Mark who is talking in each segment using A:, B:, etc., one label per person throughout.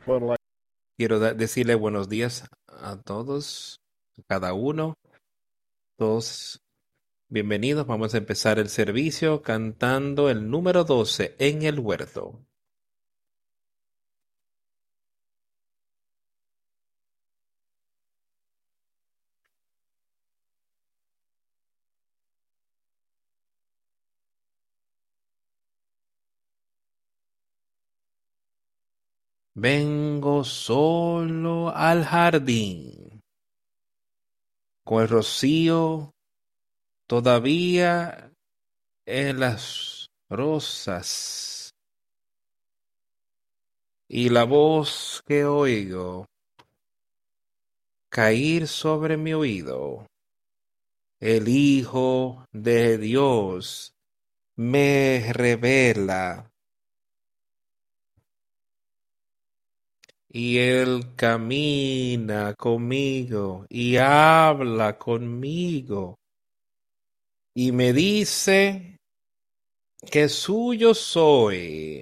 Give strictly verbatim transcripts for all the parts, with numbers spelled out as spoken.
A: Quiero da- decirle buenos días a todos, a cada uno, todos bienvenidos. Vamos a empezar el servicio cantando el número doce en el huerto. Vengo solo al jardín, con el rocío todavía en las rosas y la voz que oigo caer sobre mi oído. El Hijo de Dios me revela y Él camina conmigo y habla conmigo y me dice que suyo soy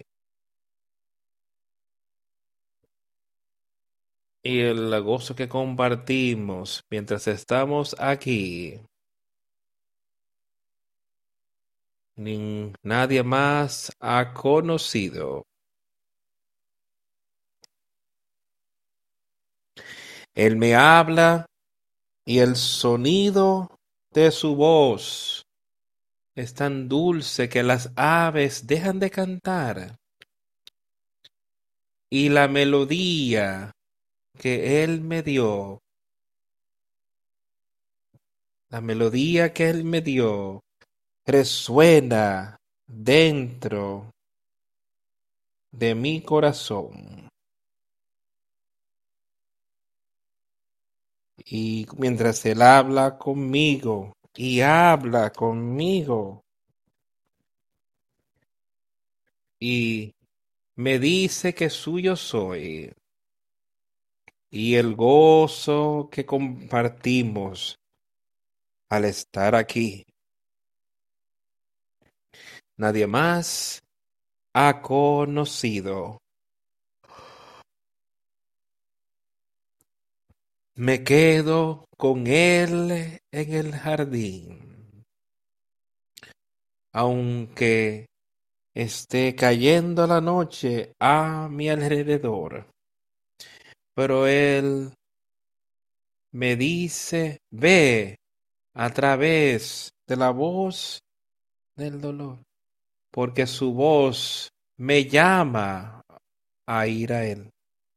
A: y el gozo que compartimos mientras estamos aquí. Nin- nadie más ha conocido. Él me habla y el sonido de su voz es tan dulce que las aves dejan de cantar y la melodía que él me dio, la melodía que él me dio, resuena dentro de mi corazón. Y mientras él habla conmigo y habla conmigo y me dice que suyo soy y el gozo que compartimos al estar aquí, nadie más ha conocido. Me quedo con él en el jardín, aunque esté cayendo la noche a mi alrededor. Pero él me dice, ve a través de la voz del dolor, porque su voz me llama a ir a él.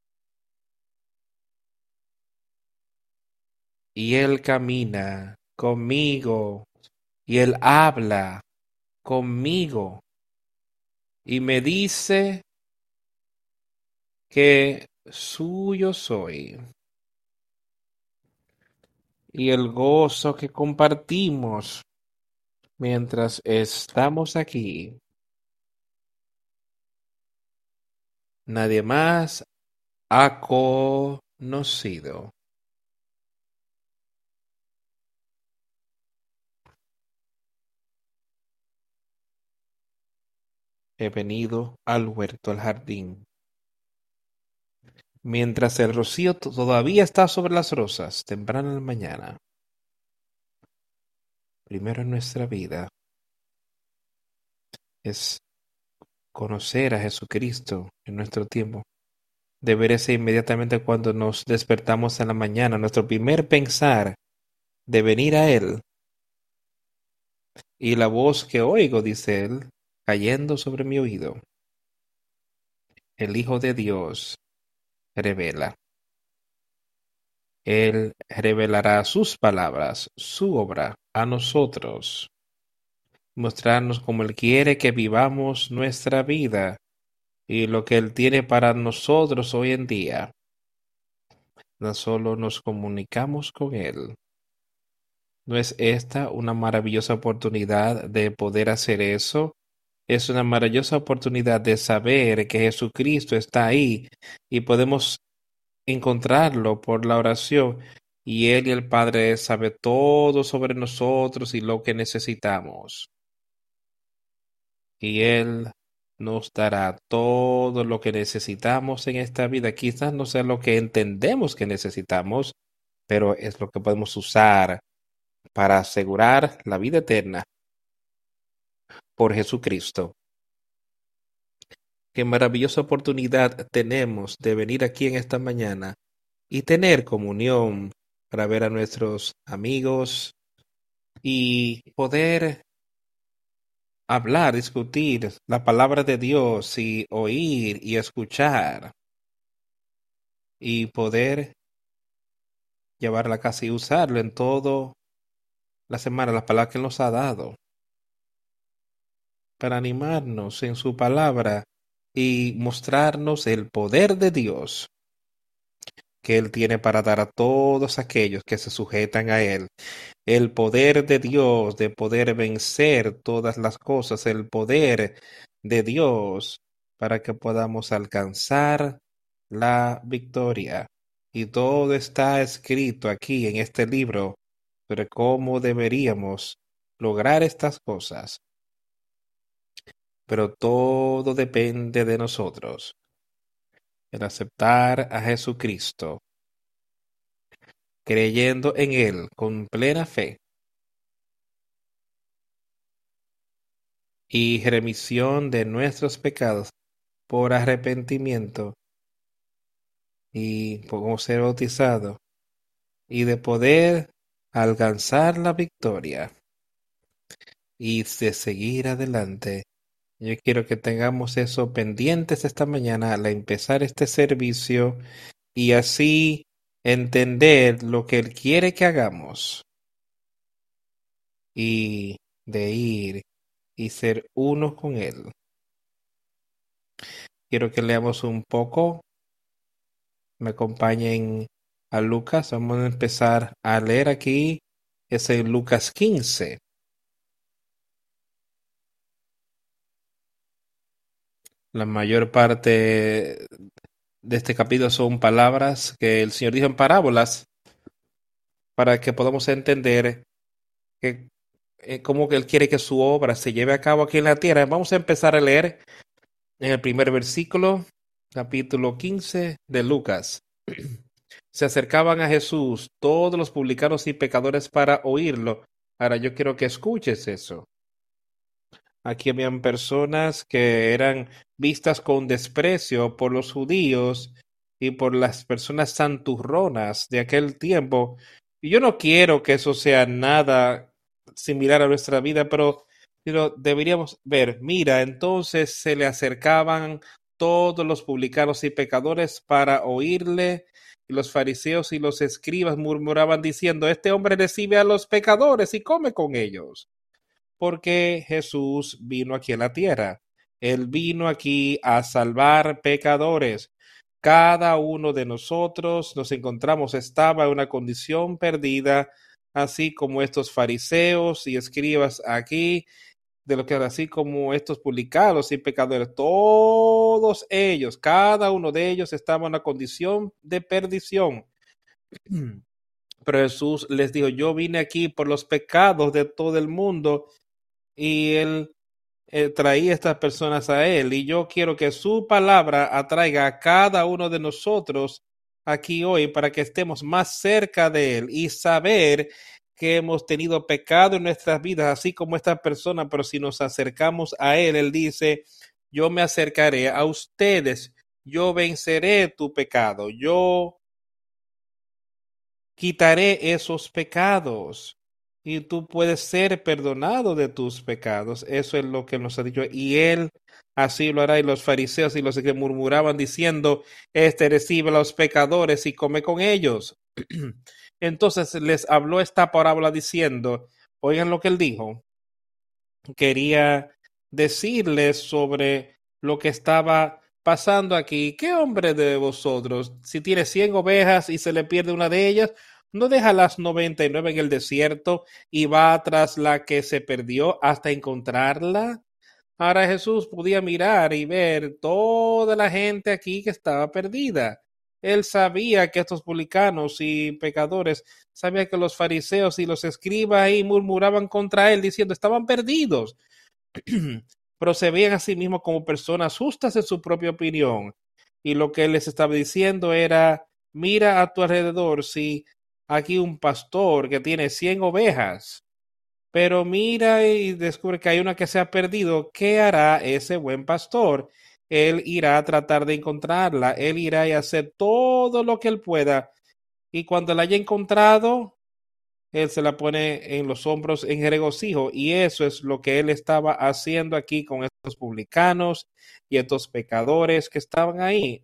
A: Y él camina conmigo y él habla conmigo y me dice que suyo soy y el gozo que compartimos mientras estamos aquí. Nadie más ha conocido. He venido al huerto, al jardín. Mientras el rocío to- todavía está sobre las rosas, temprano en la mañana, primero en nuestra vida es conocer a Jesucristo en nuestro tiempo. Debería ser inmediatamente cuando nos despertamos en la mañana, nuestro primer pensar de venir a Él. Y la voz que oigo, dice Él, cayendo sobre mi oído, el Hijo de Dios revela. Él revelará sus palabras, su obra a nosotros, mostrarnos cómo Él quiere que vivamos nuestra vida y lo que Él tiene para nosotros hoy en día. No solo nos comunicamos con Él. ¿No es esta una maravillosa oportunidad de poder hacer eso? Es una maravillosa oportunidad de saber que Jesucristo está ahí y podemos encontrarlo por la oración y Él y el Padre sabe todo sobre nosotros y lo que necesitamos. Y Él nos dará todo lo que necesitamos en esta vida. Quizás no sea lo que entendemos que necesitamos, pero es lo que podemos usar para asegurar la vida eterna por Jesucristo. Qué maravillosa oportunidad tenemos de venir aquí en esta mañana y tener comunión para ver a nuestros amigos y poder hablar, discutir la palabra de Dios y oír y escuchar y poder llevarla a casa y usarlo en todo la semana, las palabras que Él nos ha dado, para animarnos en su palabra y mostrarnos el poder de Dios que Él tiene para dar a todos aquellos que se sujetan a Él. El poder de Dios de poder vencer todas las cosas, el poder de Dios para que podamos alcanzar la victoria. Y todo está escrito aquí en este libro sobre cómo deberíamos lograr estas cosas. Pero todo depende de nosotros, en aceptar a Jesucristo, creyendo en Él con plena fe y remisión de nuestros pecados por arrepentimiento y por ser bautizado y de poder alcanzar la victoria y de seguir adelante. Yo quiero que tengamos eso pendientes esta mañana al empezar este servicio y así entender lo que Él quiere que hagamos y de ir y ser uno con Él. Quiero que leamos un poco, me acompañen a Lucas. Vamos a empezar a leer aquí, es en Lucas quince. La mayor parte de este capítulo son palabras que el Señor dijo en parábolas para que podamos entender que, eh, cómo que Él quiere que su obra se lleve a cabo aquí en la tierra. Vamos a empezar a leer en el primer versículo, capítulo quince de Lucas. Se acercaban a Jesús todos los publicanos y pecadores para oírlo. Ahora yo quiero que escuches eso. Aquí habían personas que eran vistas con desprecio por los judíos y por las personas santurronas de aquel tiempo. Y yo no quiero que eso sea nada similar a nuestra vida, pero, pero deberíamos ver, mira, entonces se le acercaban todos los publicanos y pecadores para oírle, y los fariseos y los escribas murmuraban diciendo, este hombre recibe a los pecadores y come con ellos. Porque Jesús vino aquí a la tierra. Él vino aquí a salvar pecadores. Cada uno de nosotros nos encontramos, estaba en una condición perdida, así como estos fariseos y escribas aquí, de lo que era así como estos publicanos y pecadores, todos ellos, cada uno de ellos estaba en una condición de perdición. Pero Jesús les dijo, yo vine aquí por los pecados de todo el mundo y él eh, traía a estas personas a él. Y yo quiero que su palabra atraiga a cada uno de nosotros aquí hoy para que estemos más cerca de él y saber que hemos tenido pecado en nuestras vidas, así como esta persona, pero si nos acercamos a él, él dice, yo me acercaré a ustedes, yo venceré tu pecado, yo quitaré esos pecados y tú puedes ser perdonado de tus pecados. Eso es lo que nos ha dicho. Y él así lo hará. Y los fariseos y los que murmuraban diciendo, este recibe a los pecadores y come con ellos. Entonces les habló esta parábola diciendo, oigan lo que él dijo. Quería decirles sobre lo que estaba pasando aquí. ¿Qué hombre de vosotros, si tiene cien ovejas y se le pierde una de ellas, no deja las noventa y nueve en el desierto y va tras la que se perdió hasta encontrarla? Ahora Jesús podía mirar y ver toda la gente aquí que estaba perdida. Él sabía que estos publicanos y pecadores, sabía que los fariseos y los escribas ahí murmuraban contra él diciendo estaban perdidos. pero se veían a sí mismos como personas justas en su propia opinión. Y lo que él les estaba diciendo era, mira a tu alrededor, si aquí un pastor que tiene cien ovejas, pero mira y descubre que hay una que se ha perdido, ¿qué hará ese buen pastor? Él irá a tratar de encontrarla, él irá a hacer todo lo que él pueda, y cuando la haya encontrado, él se la pone en los hombros en regocijo, y eso es lo que él estaba haciendo aquí con estos publicanos y estos pecadores que estaban ahí.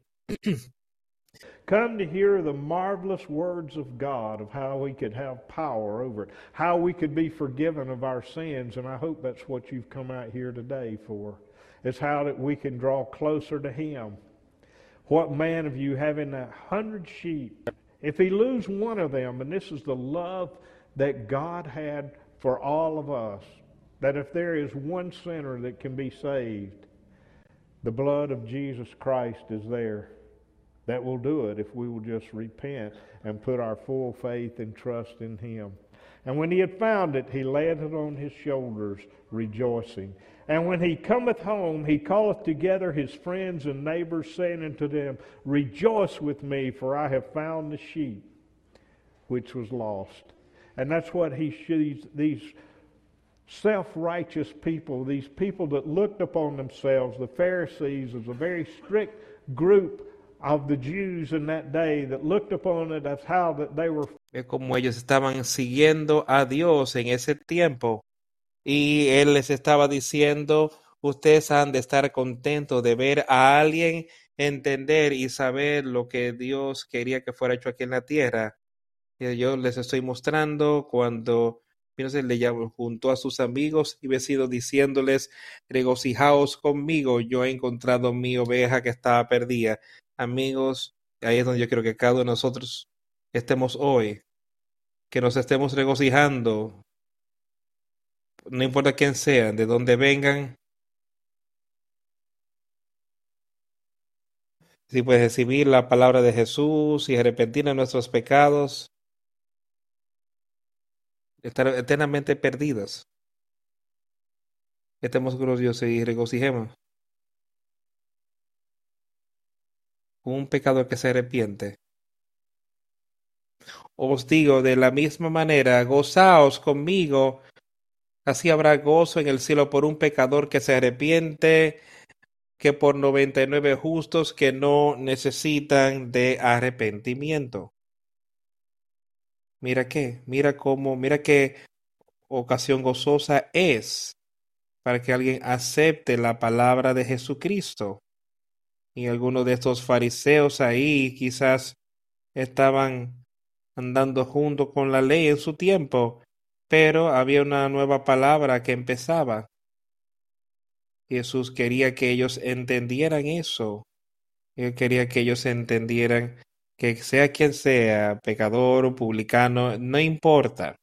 B: Come to hear the marvelous words of God, of how we could have power over it, how we could be forgiven of our sins, and I hope that's what you've come out here today for. It's how that we can draw closer to Him. What man of you having a hundred sheep, if he lose one of them, and this is the love that God had for all of us, that if there is one sinner that can be saved, the blood of Jesus Christ is there. That will do it if we will just repent and put our full faith and trust in Him. And when he had found it, he laid it on his shoulders, rejoicing. And when he cometh home, he calleth together his friends and neighbors, saying unto them, Rejoice with me, for I have found the sheep which was lost. And that's what he sees, these self-righteous people, these people that looked upon themselves, the Pharisees, as a very strict group of the Jews in that day that looked upon it as how that they were.
A: Como ellos estaban siguiendo a Dios en ese tiempo, y él les estaba diciendo, ustedes han de estar contentos de ver a alguien entender y saber lo que Dios quería que fuera hecho aquí en la tierra. Y yo les estoy mostrando cuando se le llamó junto a sus amigos y vecinos diciéndoles, regocijaos conmigo, yo he encontrado mi oveja que estaba perdida. Amigos, ahí es donde yo creo que cada uno de nosotros estemos hoy, que nos estemos regocijando, no importa quién sean, de dónde vengan, si puedes recibir la palabra de Jesús y arrepentir de nuestros pecados, estar eternamente perdidos. Estemos gloriosos y regocijemos. Un pecador que se arrepiente. Os digo de la misma manera, gozaos conmigo, así habrá gozo en el cielo por un pecador que se arrepiente, que por noventa y nueve justos que no necesitan de arrepentimiento. Mira qué, mira cómo, mira qué ocasión gozosa es para que alguien acepte la palabra de Jesucristo. Y algunos de estos fariseos ahí quizás estaban andando junto con la ley en su tiempo, pero había una nueva palabra que empezaba. Jesús quería que ellos entendieran eso. Él quería que ellos entendieran que sea quien sea, pecador o publicano, no importa.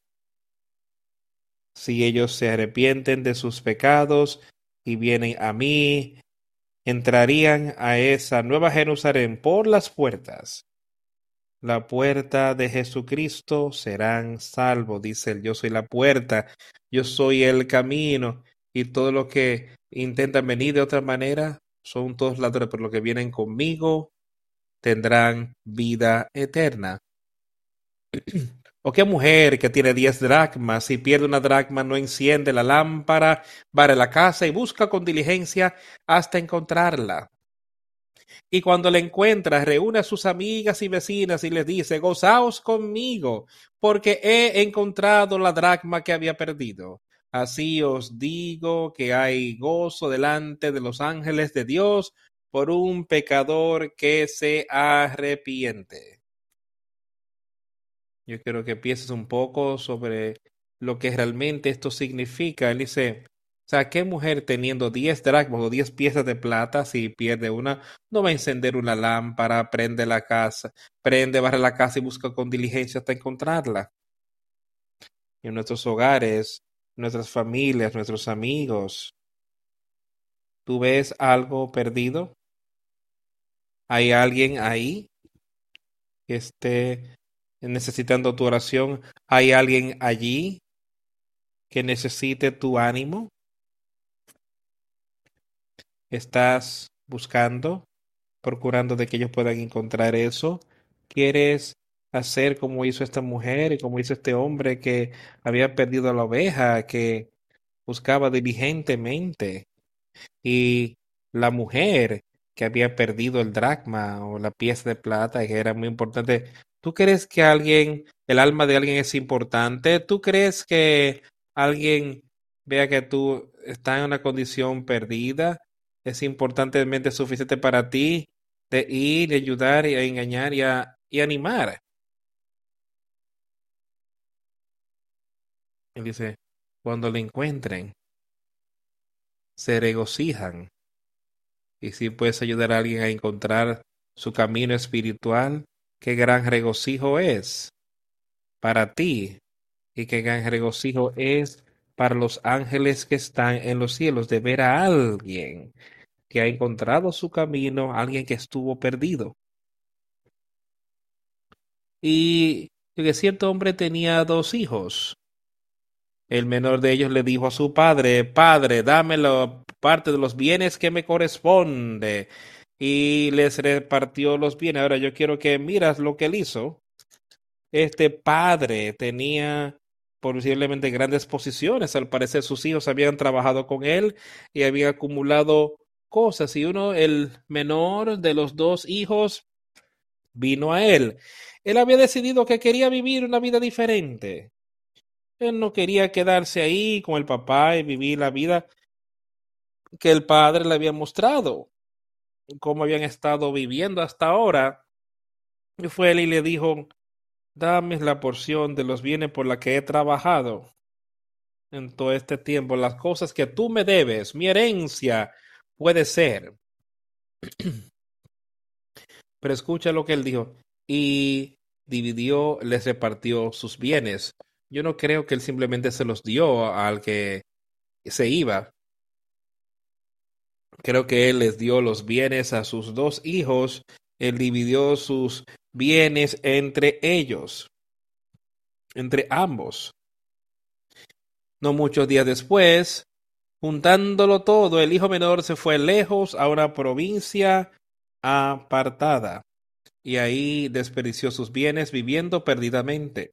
A: Si ellos se arrepienten de sus pecados y vienen a mí, entrarían a esa nueva Jerusalén por las puertas. La puerta de Jesucristo serán salvos, dice él. Yo soy la puerta, yo soy el camino, y todo lo que intentan venir de otra manera son todos ladrones, pero los que vienen conmigo tendrán vida eterna. ¿O qué mujer que tiene diez dracmas, si pierde una dracma, no enciende la lámpara, barre la casa y busca con diligencia hasta encontrarla? Y cuando la encuentra, reúne a sus amigas y vecinas y les dice, gozaos conmigo, porque he encontrado la dracma que había perdido. Así os digo que hay gozo delante de los ángeles de Dios por un pecador que se arrepiente. Yo quiero que pienses un poco sobre lo que realmente esto significa. Él dice, o sea, ¿qué mujer teniendo diez dracmas o diez piezas de plata, si pierde una, no va a encender una lámpara, prende la casa, prende, barre la casa y busca con diligencia hasta encontrarla? En nuestros hogares, nuestras familias, nuestros amigos, ¿tú ves algo perdido? ¿Hay alguien ahí que esté necesitando tu oración? ¿Hay alguien allí que necesite tu ánimo? ¿Estás buscando, procurando de que ellos puedan encontrar eso? ¿Quieres hacer como hizo esta mujer y como hizo este hombre que había perdido la oveja, que buscaba diligentemente? Y la mujer que había perdido el dracma o la pieza de plata, que era muy importante. ¿Tú crees que alguien, el alma de alguien es importante? ¿Tú crees que alguien vea que tú estás en una condición perdida? ¿Es importantemente suficiente para ti de ir y ayudar y a engañar y a y animar? Y dice, cuando lo encuentren, se regocijan. Y si puedes ayudar a alguien a encontrar su camino espiritual, qué gran regocijo es para ti y qué gran regocijo es para los ángeles que están en los cielos de ver a alguien que ha encontrado su camino, alguien que estuvo perdido. Y que cierto hombre tenía dos hijos. El menor de ellos le dijo a su padre, Padre, dame la parte de los bienes que me corresponde. Y les repartió los bienes. Ahora yo quiero que miras lo que él hizo. Este padre tenía posiblemente grandes posiciones. Al parecer sus hijos habían trabajado con él y habían acumulado cosas. Y uno, el menor de los dos hijos, vino a él. Él había decidido que quería vivir una vida diferente. Él no quería quedarse ahí con el papá y vivir la vida que el padre le había mostrado, cómo habían estado viviendo hasta ahora. Y fue él y le dijo, dame la porción de los bienes por la que he trabajado en todo este tiempo, las cosas que tú me debes, mi herencia puede ser. Pero escucha lo que él dijo. Y dividió, les repartió sus bienes. Yo no creo que él simplemente se los dio al que se iba. Creo que él les dio los bienes a sus dos hijos. Él dividió sus bienes entre ellos, entre ambos. No muchos días después, juntándolo todo, el hijo menor se fue lejos a una provincia apartada y ahí desperdició sus bienes viviendo perdidamente.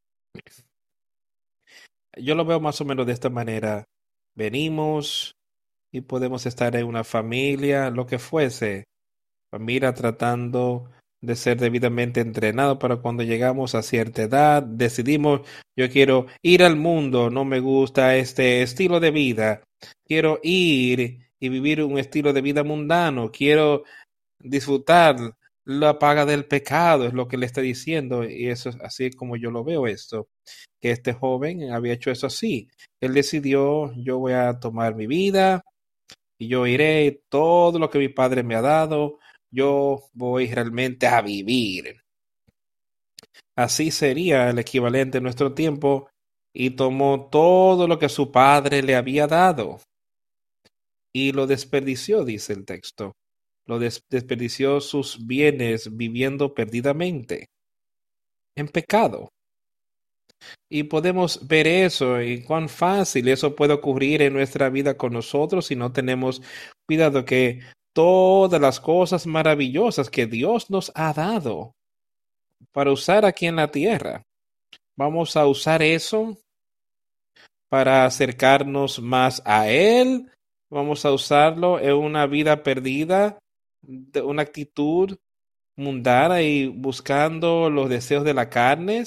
A: Yo lo veo más o menos de esta manera. Venimos y podemos estar en una familia, lo que fuese, familia tratando de ser debidamente entrenado para cuando llegamos a cierta edad, decidimos, yo quiero ir al mundo, no me gusta este estilo de vida, quiero ir y vivir un estilo de vida mundano, quiero disfrutar la paga del pecado, es lo que le está diciendo, y eso es así como yo lo veo esto, que este joven había hecho eso así. Él decidió, yo voy a tomar mi vida y yo iré todo lo que mi padre me ha dado, yo voy realmente a vivir. Así sería el equivalente en nuestro tiempo y tomó todo lo que su padre le había dado y lo desperdició, dice el texto. Lo des- desperdició sus bienes viviendo perdidamente en pecado. Y podemos ver eso y cuán fácil eso puede ocurrir en nuestra vida con nosotros si no tenemos cuidado que todas las cosas maravillosas que Dios nos ha dado para usar aquí en la tierra, vamos a usar eso para acercarnos más a Él, vamos a usarlo en una vida perdida, de una actitud mundana y buscando los deseos de la carne.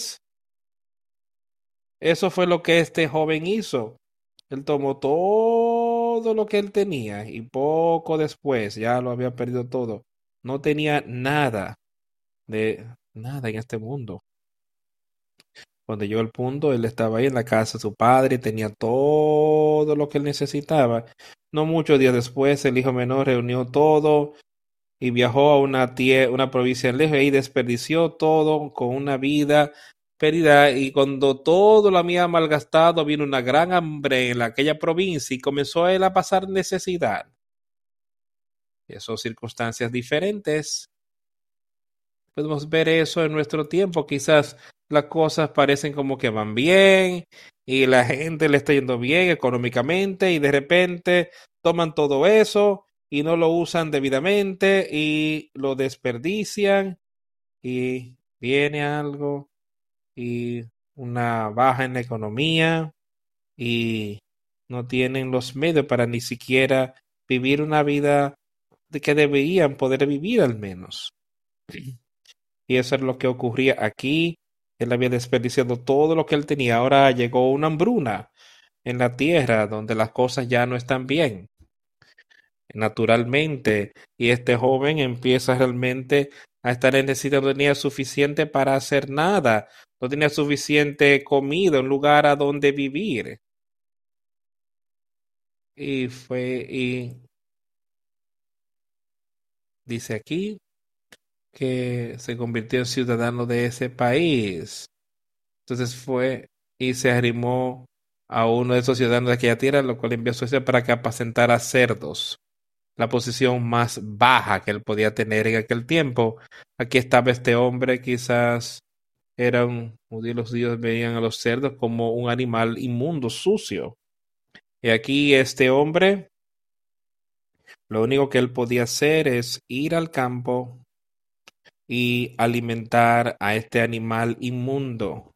A: Eso fue lo que este joven hizo. Él tomó todo lo que él tenía y poco después ya lo había perdido todo. No tenía nada de nada en este mundo. Cuando llegó el punto, él estaba ahí en la casa de su padre, tenía todo lo que él necesitaba. No muchos días después, el hijo menor reunió todo y viajó a una, tie una provincia lejos y desperdició todo con una vida perdida. Y cuando todo lo había malgastado, vino una gran hambre en aquella provincia y comenzó él a pasar necesidad. Y son circunstancias diferentes. Podemos ver eso en nuestro tiempo. Quizás las cosas parecen como que van bien y la gente le está yendo bien económicamente y de repente toman todo eso y no lo usan debidamente y lo desperdician y viene algo y una baja en la economía y no tienen los medios para ni siquiera vivir una vida de que deberían poder vivir al menos. Y eso es lo que ocurría aquí. Él había desperdiciado todo lo que él tenía. Ahora llegó una hambruna en la tierra donde las cosas ya no están bien, naturalmente. Y este joven empieza realmente a estar en necesidad, no tenía suficiente para hacer nada. No tenía suficiente comida, un lugar a donde vivir. Y fue, y dice aquí que se convirtió en ciudadano de ese país. Entonces fue y se arrimó a uno de esos ciudadanos de aquella tierra, lo cual envió a Suecia para que apacentara cerdos, la posición más baja que él podía tener en aquel tiempo. Aquí estaba este hombre, quizás era un judío, los judíos veían a los cerdos como un animal inmundo, sucio. Y aquí este hombre, lo único que él podía hacer es ir al campo y alimentar a este animal inmundo.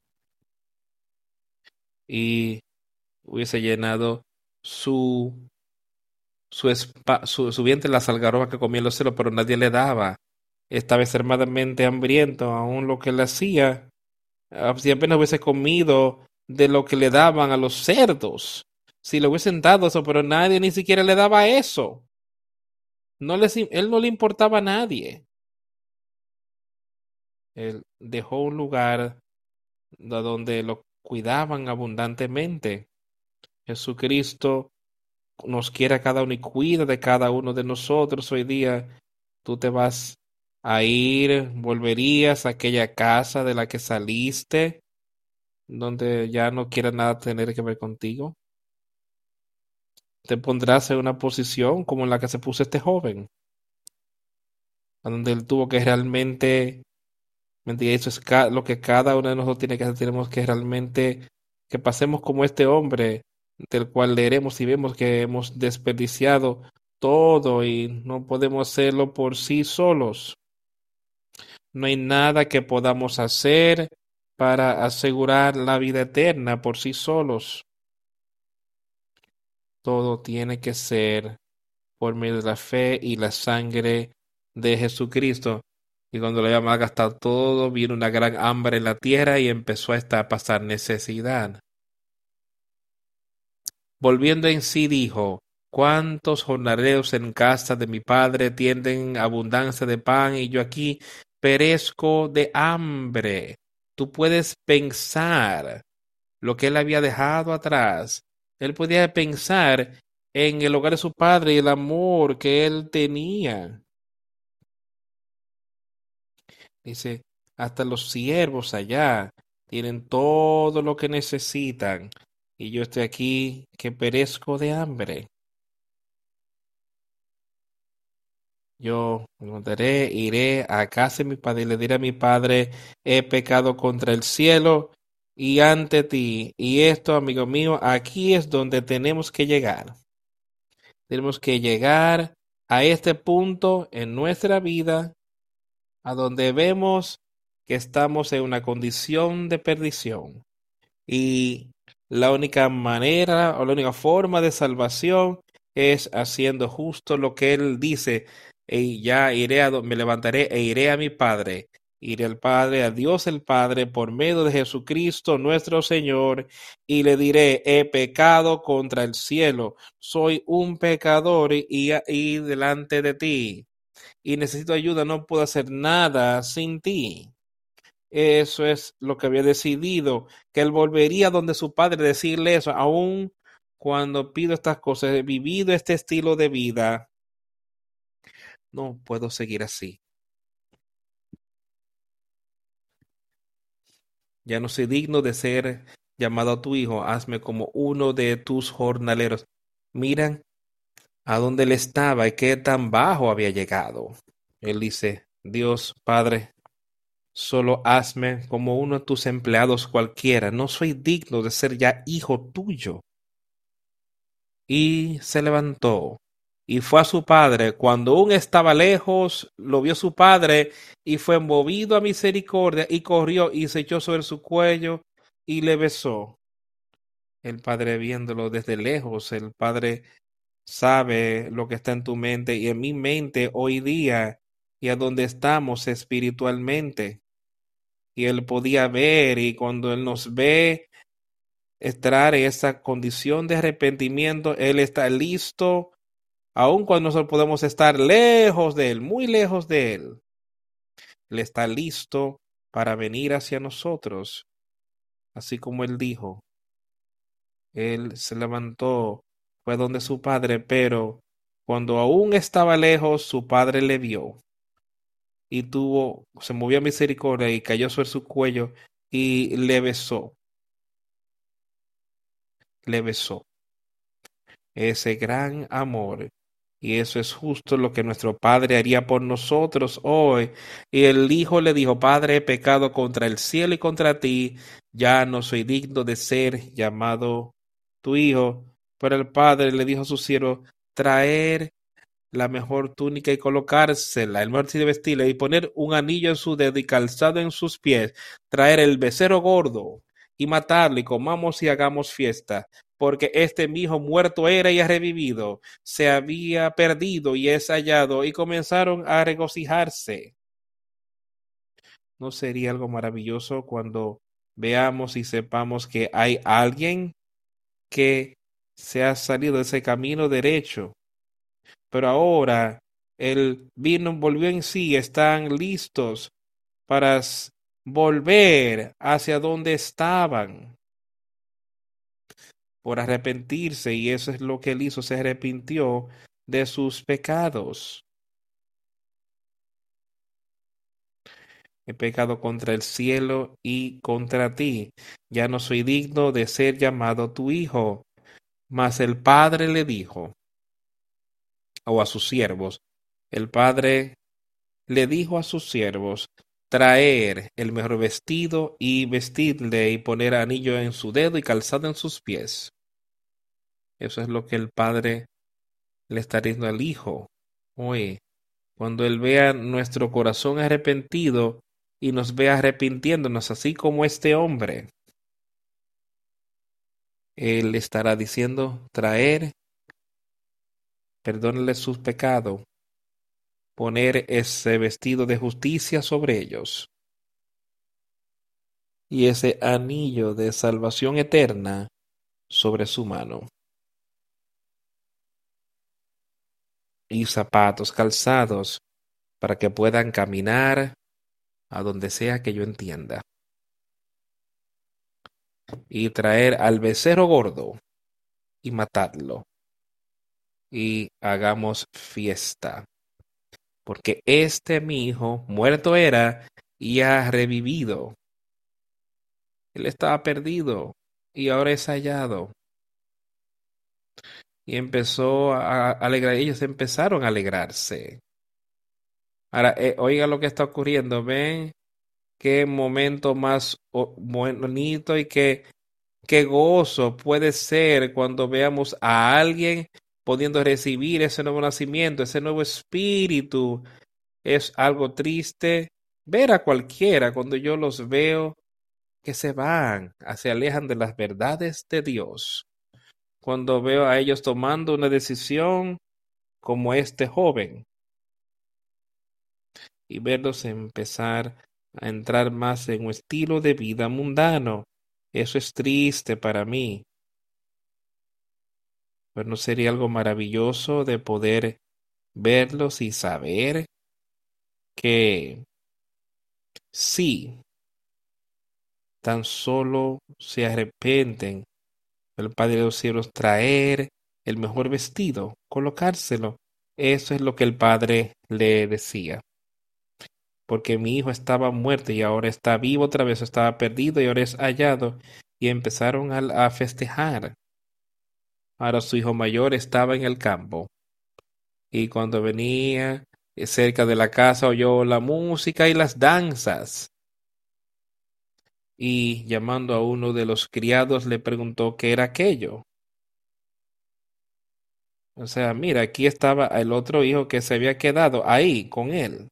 A: Y hubiese llenado su, su, espa- su, su vientre las algarrobas que comían los cerdos, pero nadie le daba. Estaba extremadamente hambriento, aún lo que le hacía, ah, si apenas hubiese comido de lo que le daban a los cerdos, si le hubiesen dado eso, pero nadie ni siquiera le daba eso. No les, él no le importaba a nadie. Él dejó un lugar da- donde lo cuidaban abundantemente. Jesucristo nos quiere a cada uno y cuida de cada uno de nosotros hoy día. Tú te vas a ir, volverías a aquella casa de la que saliste, donde ya no quiere nada tener que ver contigo. Te pondrás en una posición como en la que se puso este joven, a donde él tuvo que realmente, mentira, eso es ca- lo que cada uno de nosotros tiene que hacer. Tenemos que realmente que pasemos como este hombre, del cual leeremos y vemos que hemos desperdiciado todo y no podemos hacerlo por sí solos. No hay nada que podamos hacer para asegurar la vida eterna por sí solos. Todo tiene que ser por medio de la fe y la sangre de Jesucristo. Y cuando lo habíamos gastado todo, vino una gran hambre en la tierra y empezó a estar a pasar necesidad. Volviendo en sí, dijo: ¿Cuántos jornaleros en casa de mi padre tienen abundancia de pan y yo aquí perezco de hambre? Tú puedes pensar lo que él había dejado atrás. Él podía pensar en el hogar de su padre y el amor que él tenía. Dice, hasta los siervos allá tienen todo lo que necesitan y yo estoy aquí que perezco de hambre. Yo me levantaré, iré a casa de mi padre y le diré a mi padre: he pecado contra el cielo y ante ti. Y esto, amigo mío, aquí es donde tenemos que llegar. Tenemos que llegar a este punto en nuestra vida, a donde vemos que estamos en una condición de perdición. Y la única manera o la única forma de salvación es haciendo justo lo que Él dice. Y ya iré a, do- me levantaré e iré a mi Padre. Iré al Padre, a Dios el Padre, por medio de Jesucristo nuestro Señor, y le diré: he pecado contra el cielo, soy un pecador y, y delante de ti, y necesito ayuda, no puedo hacer nada sin ti. Eso es lo que había decidido, que él volvería donde su padre, decirle eso, aun cuando pido estas cosas, he vivido este estilo de vida, no puedo seguir así. Ya no soy digno de ser llamado a tu hijo, hazme como uno de tus jornaleros. Miran a dónde él estaba y qué tan bajo había llegado. Él dice: Dios Padre, solo hazme como uno de tus empleados cualquiera, no soy digno de ser ya hijo tuyo. Y se levantó y fue a su padre. Cuando aún estaba lejos, lo vio su padre y fue movido a misericordia y corrió y se echó sobre su cuello y le besó. El padre viéndolo desde lejos, el padre sabe lo que está en tu mente y en mi mente hoy día y a donde estamos espiritualmente. Y él podía ver y cuando él nos ve entrar en esa condición de arrepentimiento, él está listo, aun cuando nosotros podemos estar lejos de él, muy lejos de él. Él está listo para venir hacia nosotros, así como él dijo. Él se levantó, fue donde su padre, pero cuando aún estaba lejos, su padre le vio y tuvo, se movió a misericordia y cayó sobre su cuello y le besó, le besó. Ese gran amor. Y eso es justo lo que nuestro Padre haría por nosotros hoy. Y el Hijo le dijo, Padre, he pecado contra el cielo y contra ti, ya no soy digno de ser llamado tu Hijo. Pero el Padre le dijo a su siervo, traer la mejor túnica y colocársela, el mejor vestido de vestirla y poner un anillo en su dedo y calzado en sus pies, traer el becerro gordo y matarlo y comamos y hagamos fiesta, porque este mi hijo muerto era y ha revivido, se había perdido y es hallado, y comenzaron a regocijarse. ¿No sería algo maravilloso cuando veamos y sepamos que hay alguien que se ha salido de ese camino derecho? Pero ahora el vino volvió en sí, están listos para volver hacia donde estaban por arrepentirse, y eso es lo que él hizo, se arrepintió de sus pecados. He pecado contra el cielo y contra ti, ya no soy digno de ser llamado tu hijo. Mas el padre le dijo, o a sus siervos, el padre le dijo a sus siervos, traer el mejor vestido y vestirle y poner anillo en su dedo y calzado en sus pies. Eso es lo que el padre le está diciendo al hijo. Oye, cuando él vea nuestro corazón arrepentido y nos vea arrepintiéndonos así como este hombre, él estará diciendo, traer, perdónale sus pecados, poner ese vestido de justicia sobre ellos y ese anillo de salvación eterna sobre su mano, y zapatos calzados para que puedan caminar a donde sea que yo entienda, y traer al becerro gordo y matarlo, y hagamos fiesta, porque este mi hijo muerto era y ha revivido. Él estaba perdido y ahora es hallado. Y empezó a alegrar, ellos empezaron a alegrarse. Ahora, eh, oiga lo que está ocurriendo, ven qué momento más o- bonito y qué, qué gozo puede ser cuando veamos a alguien pudiendo recibir ese nuevo nacimiento, ese nuevo espíritu. Es algo triste ver a cualquiera cuando yo los veo que se van, se alejan de las verdades de Dios. Cuando veo a ellos tomando una decisión como este joven y verlos empezar a entrar más en un estilo de vida mundano. Eso es triste para mí. Pero no sería algo maravilloso de poder verlos y saber que sí, tan solo se arrepienten, el Padre de los cielos traer el mejor vestido, colocárselo. Eso es lo que el Padre le decía. Porque mi hijo estaba muerto y ahora está vivo otra vez, estaba perdido y ahora es hallado. Y empezaron a, a festejar. Ahora su hijo mayor estaba en el campo y cuando venía eh, cerca de la casa oyó la música y las danzas. Y llamando a uno de los criados le preguntó qué era aquello. O sea, mira, aquí estaba el otro hijo que se había quedado ahí con él,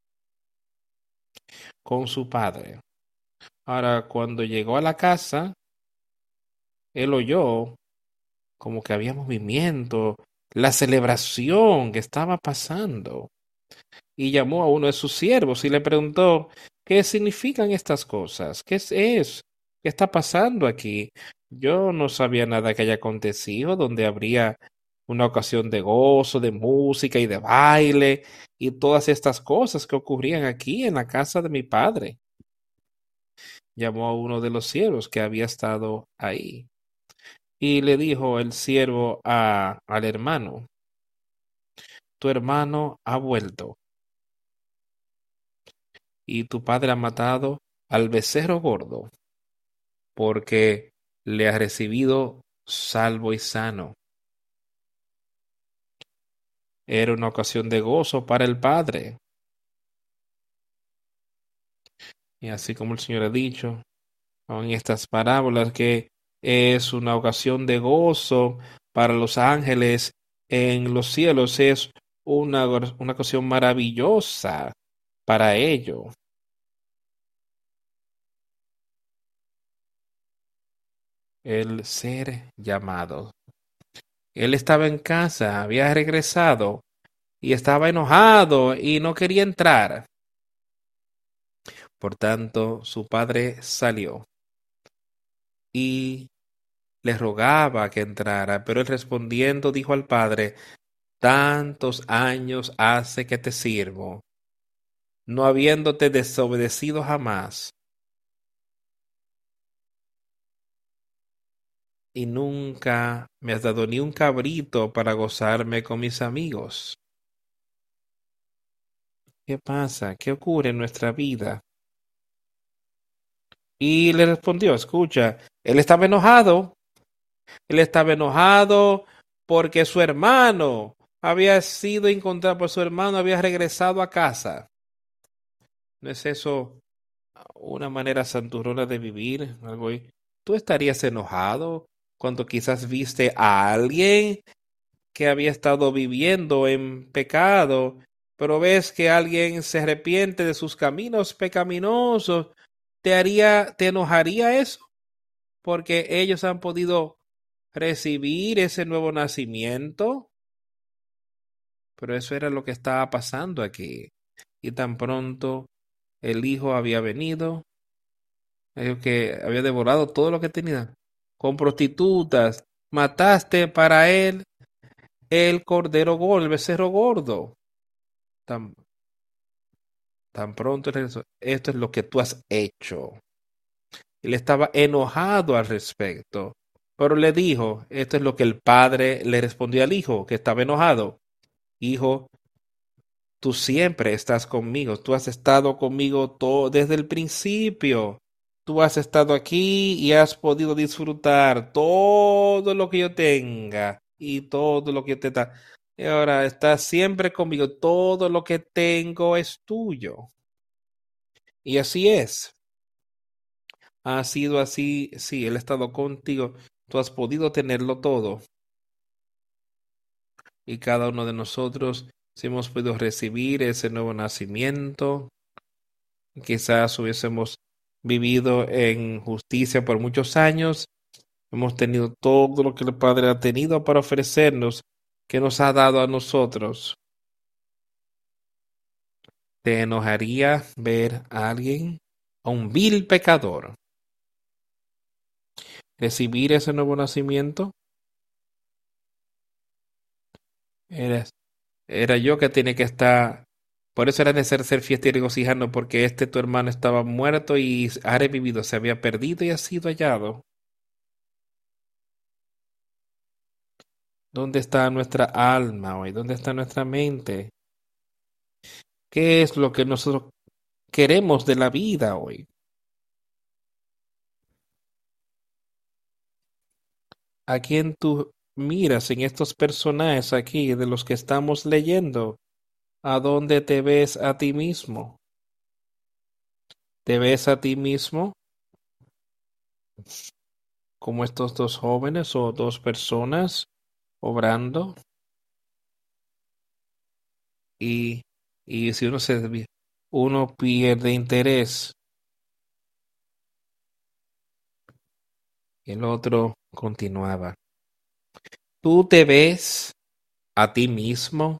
A: con su padre. Ahora, cuando llegó a la casa, él oyó como que había movimiento, la celebración que estaba pasando, y llamó a uno de sus siervos y le preguntó, ¿qué significan estas cosas? ¿Qué es eso? ¿Qué está pasando aquí? Yo no sabía nada que haya acontecido, donde habría una ocasión de gozo, de música y de baile y todas estas cosas que ocurrían aquí en la casa de mi padre. Llamó a uno de los siervos que había estado ahí y le dijo el siervo a, al hermano, tu hermano ha vuelto y tu padre ha matado al becerro gordo porque le ha recibido salvo y sano. Era una ocasión de gozo para el padre. Y así como el Señor ha dicho en estas parábolas que es una ocasión de gozo para los ángeles en los cielos, es una, una ocasión maravillosa para ellos. El ser llamado. Él estaba en casa, había regresado y estaba enojado y no quería entrar. Por tanto, su padre salió y le rogaba que entrara, pero él respondiendo dijo al padre, tantos años hace que te sirvo, no habiéndote desobedecido jamás, y nunca me has dado ni un cabrito para gozarme con mis amigos. ¿Qué pasa? ¿Qué ocurre en nuestra vida? Y le respondió, escucha, él estaba enojado, él estaba enojado porque su hermano había sido encontrado, por su hermano había regresado a casa. ¿No es eso una manera santurrona de vivir? Algo ahí. ¿Tú estarías enojado cuando quizás viste a alguien que había estado viviendo en pecado, pero ves que alguien se arrepiente de sus caminos pecaminosos? ¿Te haría, te enojaría eso? Porque ellos han podido recibir ese nuevo nacimiento, pero eso era lo que estaba pasando aquí. Y tan pronto el hijo había venido, dijo que había devorado todo lo que tenía, con prostitutas, mataste para él el cordero gordo, el becerro gordo. Tan, tan pronto regresó, esto es lo que tú has hecho. Él estaba enojado al respecto, pero le dijo, esto es lo que el padre le respondió al hijo, que estaba enojado. Hijo, tú siempre estás conmigo, tú has estado conmigo todo desde el principio. Tú has estado aquí y has podido disfrutar todo lo que yo tenga y todo lo que yo te da. Y ahora estás siempre conmigo, todo lo que tengo es tuyo. Y así es. Ha sido así, sí, Él ha estado contigo, tú has podido tenerlo todo. Y cada uno de nosotros, si hemos podido recibir ese nuevo nacimiento, quizás hubiésemos vivido en justicia por muchos años, hemos tenido todo lo que el Padre ha tenido para ofrecernos, que nos ha dado a nosotros. ¿Te enojaría ver a alguien, a un vil pecador, recibir ese nuevo nacimiento? Era, era yo que tenía que estar, por eso era necesario ser fiesta y regocijarnos, porque este tu hermano estaba muerto y ha revivido, se había perdido y ha sido hallado. ¿Dónde está nuestra alma hoy? ¿Dónde está nuestra mente? ¿Qué es lo que nosotros queremos de la vida hoy? ¿A quién tú miras en estos personajes aquí de los que estamos leyendo? ¿A dónde te ves a ti mismo? ¿Te ves a ti mismo como estos dos jóvenes o dos personas obrando? y, y si uno se uno pierde interés, el otro continuaba. ¿Tú te ves a ti mismo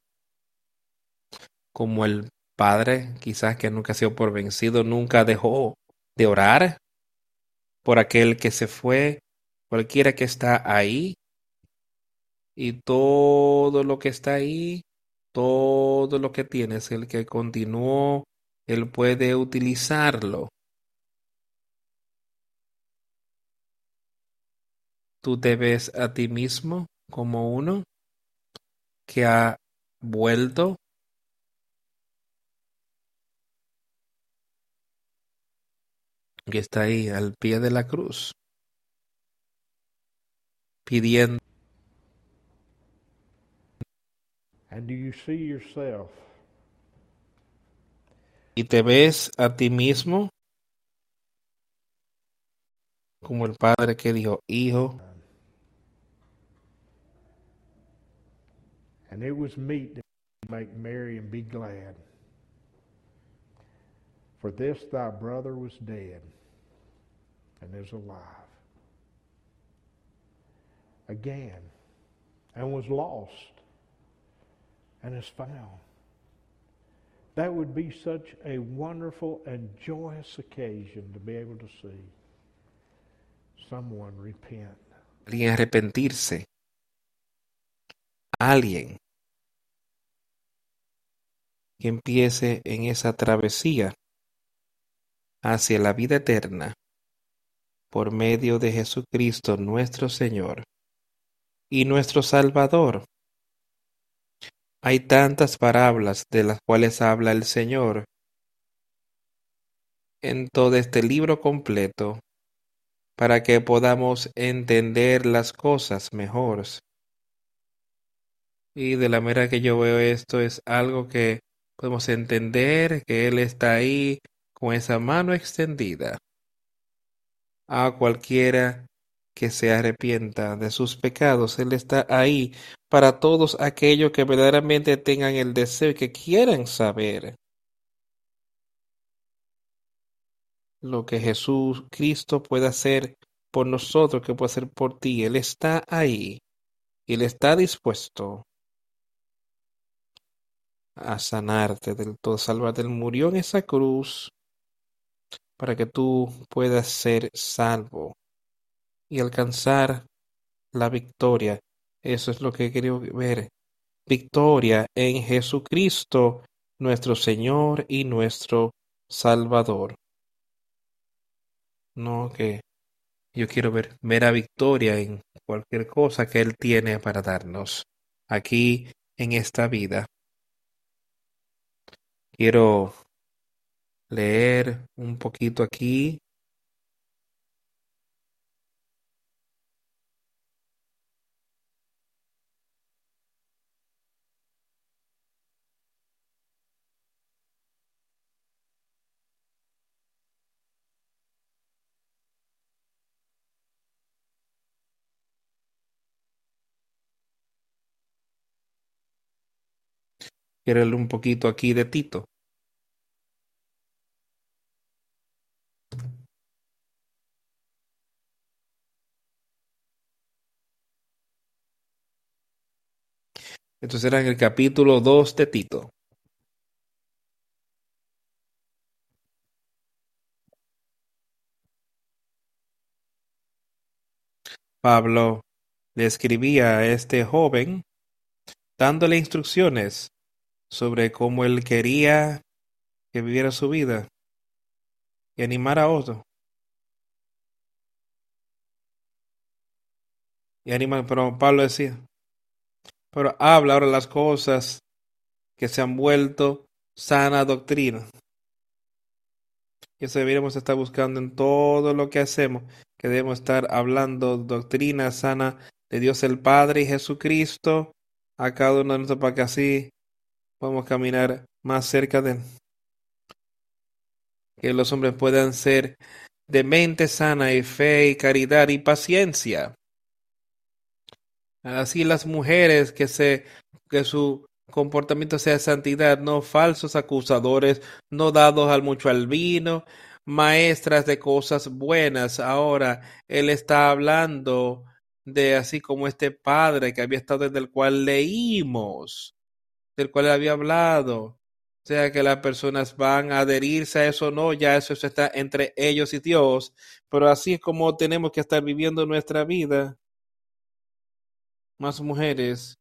A: como el padre, quizás que nunca ha sido por vencido, nunca dejó de orar por aquel que se fue, cualquiera que está ahí, y todo lo que está ahí, todo lo que tienes, el que continuó, él puede utilizarlo? ¿Tú te ves a ti mismo como uno que ha vuelto, que está ahí al pie de la cruz, pidiendo?
B: And do you see yourself
A: ¿Y te ves a ti mismo como el padre que dijo, hijo?
B: and it was meet to make merry and be glad? For this thy brother was dead and is alive again, and was lost and is found. That would be such a wonderful and joyous occasion to be able to see someone repent.
A: Alguien arrepentirse, alguien que empiece en esa travesía hacia la vida eterna por medio de Jesucristo nuestro Señor y nuestro Salvador. Hay tantas parábolas de las cuales habla el Señor en todo este libro completo para que podamos entender las cosas mejor. Y de la manera que yo veo esto es algo que podemos entender, que Él está ahí con esa mano extendida a cualquiera que se arrepienta de sus pecados. Él está ahí para todos aquellos que verdaderamente tengan el deseo y que quieran saber lo que Jesús Cristo puede hacer por nosotros, que puede hacer por ti. Él está ahí y Él está dispuesto a sanarte del todo, salvarte. Él murió en esa cruz para que tú puedas ser salvo y alcanzar la victoria. Eso es lo que quiero ver. Victoria en Jesucristo, nuestro Señor y nuestro Salvador. No que yo quiero ver mera victoria en cualquier cosa que Él tiene para darnos aquí en esta vida. Quiero leer un poquito aquí. Quiero leer un poquito aquí de Tito. Esto será en el capítulo dos de Tito. Pablo le escribía a este joven dándole instrucciones sobre cómo él quería que viviera su vida y animar a otros. Y animar, pero Pablo decía, pero habla ahora las cosas que se han vuelto sana doctrina. Y eso deberíamos estar buscando en todo lo que hacemos, que debemos estar hablando doctrina sana de Dios el Padre y Jesucristo a cada uno de nosotros para que así podamos caminar más cerca de Él. Que los hombres puedan ser de mente sana y fe y caridad y paciencia. Así las mujeres que se que su comportamiento sea santidad, no falsos acusadores, no dados al mucho al vino, maestras de cosas buenas. Ahora él está hablando de así como este padre que había estado desde el cual leímos, del cual él había hablado. O sea que las personas van a adherirse a eso o no, ya eso está entre ellos y Dios, pero así es como tenemos que estar viviendo nuestra vida. Más mujeres,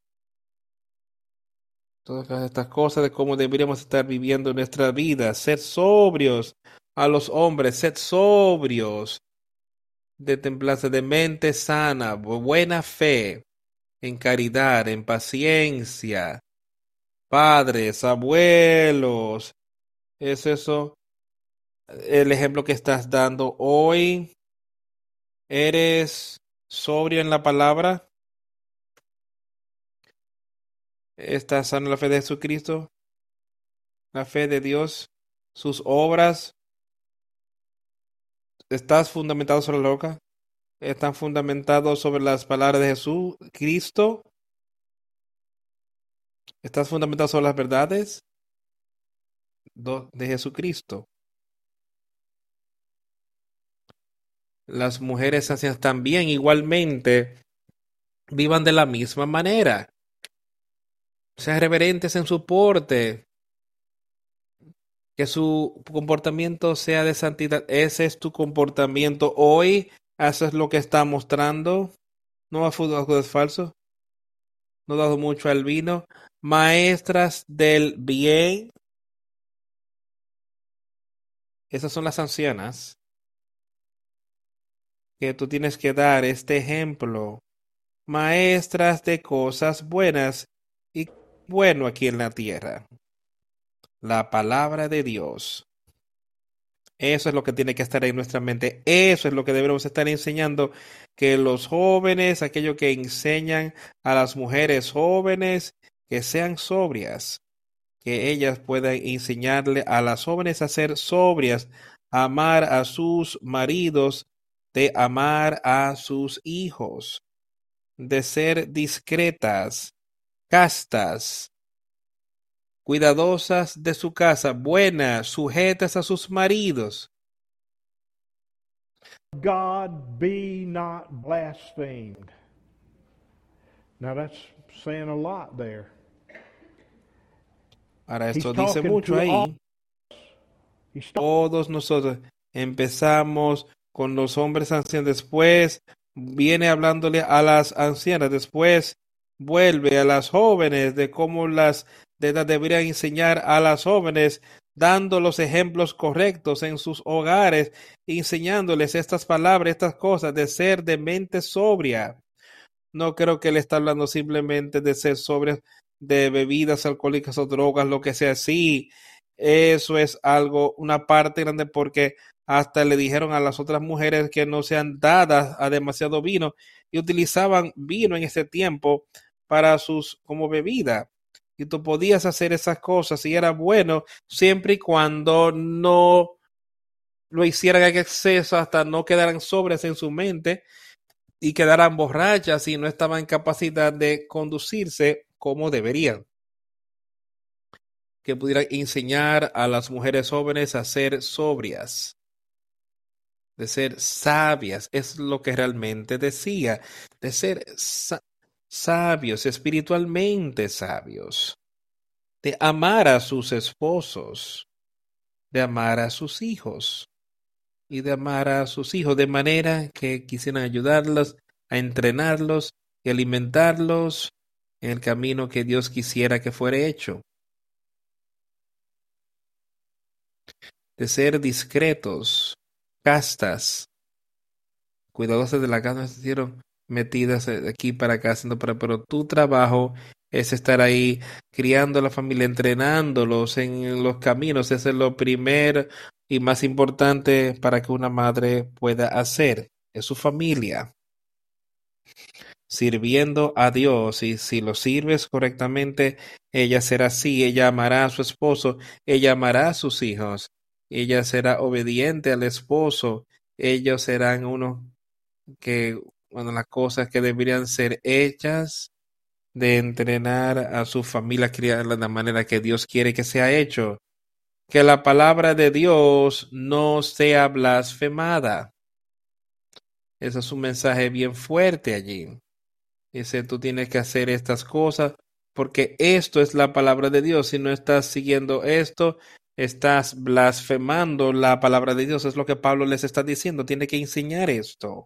A: todas estas cosas de cómo deberíamos estar viviendo nuestra vida, ser sobrios a los hombres, ser sobrios, de templanza, de mente sana, buena fe, en caridad, en paciencia, padres, abuelos, es eso el ejemplo que estás dando hoy. ¿Eres sobrio en la palabra? ¿Estás sano en la fe de Jesucristo? ¿La fe de Dios? ¿Sus obras? ¿Estás fundamentado sobre la roca? ¿Están fundamentados sobre las palabras de Jesús, Cristo? ¿Estás fundamentado sobre las verdades do- de Jesucristo? Las mujeres ancianas también igualmente vivan de la misma manera. Sean reverentes en su porte, que su comportamiento sea de santidad. Ese es tu comportamiento hoy. Eso es lo que está mostrando. No ha algo es falso. No ha dado mucho al vino. Maestras del bien. Esas son las ancianas que tú tienes que dar este ejemplo. Maestras de cosas buenas y bueno aquí en la tierra. La palabra de Dios. Eso es lo que tiene que estar en nuestra mente. Eso es lo que debemos estar enseñando. Que los jóvenes, aquellos que enseñan a las mujeres jóvenes, que sean sobrias. Que ellas puedan enseñarle a las jóvenes a ser sobrias, a amar a sus maridos, de amar a sus hijos, de ser discretas, castas, cuidadosas de su casa, buenas, sujetas a sus maridos.
B: God be not blasphemed. Now that's saying a lot there.
A: Ahora
B: He's
A: esto dice
B: talking
A: mucho
B: to all.
A: ahí.
B: He's talking.
A: Todos nosotros empezamos con los hombres ancianos, después viene hablándole a las ancianas, después vuelve a las jóvenes de cómo las de edad deberían enseñar a las jóvenes, dando los ejemplos correctos en sus hogares, enseñándoles estas palabras, estas cosas, de ser de mente sobria. No creo que él está hablando simplemente de ser sobrio de bebidas alcohólicas o drogas, lo que sea. Sí, eso es algo, una parte grande, porque hasta le dijeron a las otras mujeres que no sean dadas a demasiado vino y utilizaban vino en ese tiempo para sus como bebida. Y tú podías hacer esas cosas y era bueno siempre y cuando no lo hicieran en exceso hasta no quedaran sobrias en su mente y quedaran borrachas y no estaban en capacidad de conducirse como deberían. Que pudieran enseñar a las mujeres jóvenes a ser sobrias, de ser sabias, es lo que realmente decía, de ser sa sabios, espiritualmente sabios, de amar a sus esposos, de amar a sus hijos y de amar a sus hijos, de manera que quisieran ayudarlos a entrenarlos y alimentarlos en el camino que Dios quisiera que fuera hecho, de ser discretos, castas, cuidadosas de la casa, no estuvieron metidas de aquí para acá, haciendo para, pero tu trabajo es estar ahí criando a la familia, entrenándolos en los caminos. Eso es lo primero y más importante para que una madre pueda hacer, es su familia. Sirviendo a Dios, y si lo sirves correctamente, ella será así, ella amará a su esposo, ella amará a sus hijos, ella será obediente al esposo, ellos serán unos que, bueno, las cosas que deberían ser hechas de entrenar a su familia a criarla de la manera que Dios quiere que sea hecho. Que la palabra de Dios no sea blasfemada. Ese es un mensaje bien fuerte allí. Dice, tú tienes que hacer estas cosas porque esto es la palabra de Dios. Si no estás siguiendo esto, estás blasfemando la palabra de Dios. Es lo que Pablo les está diciendo. Tiene que enseñar esto.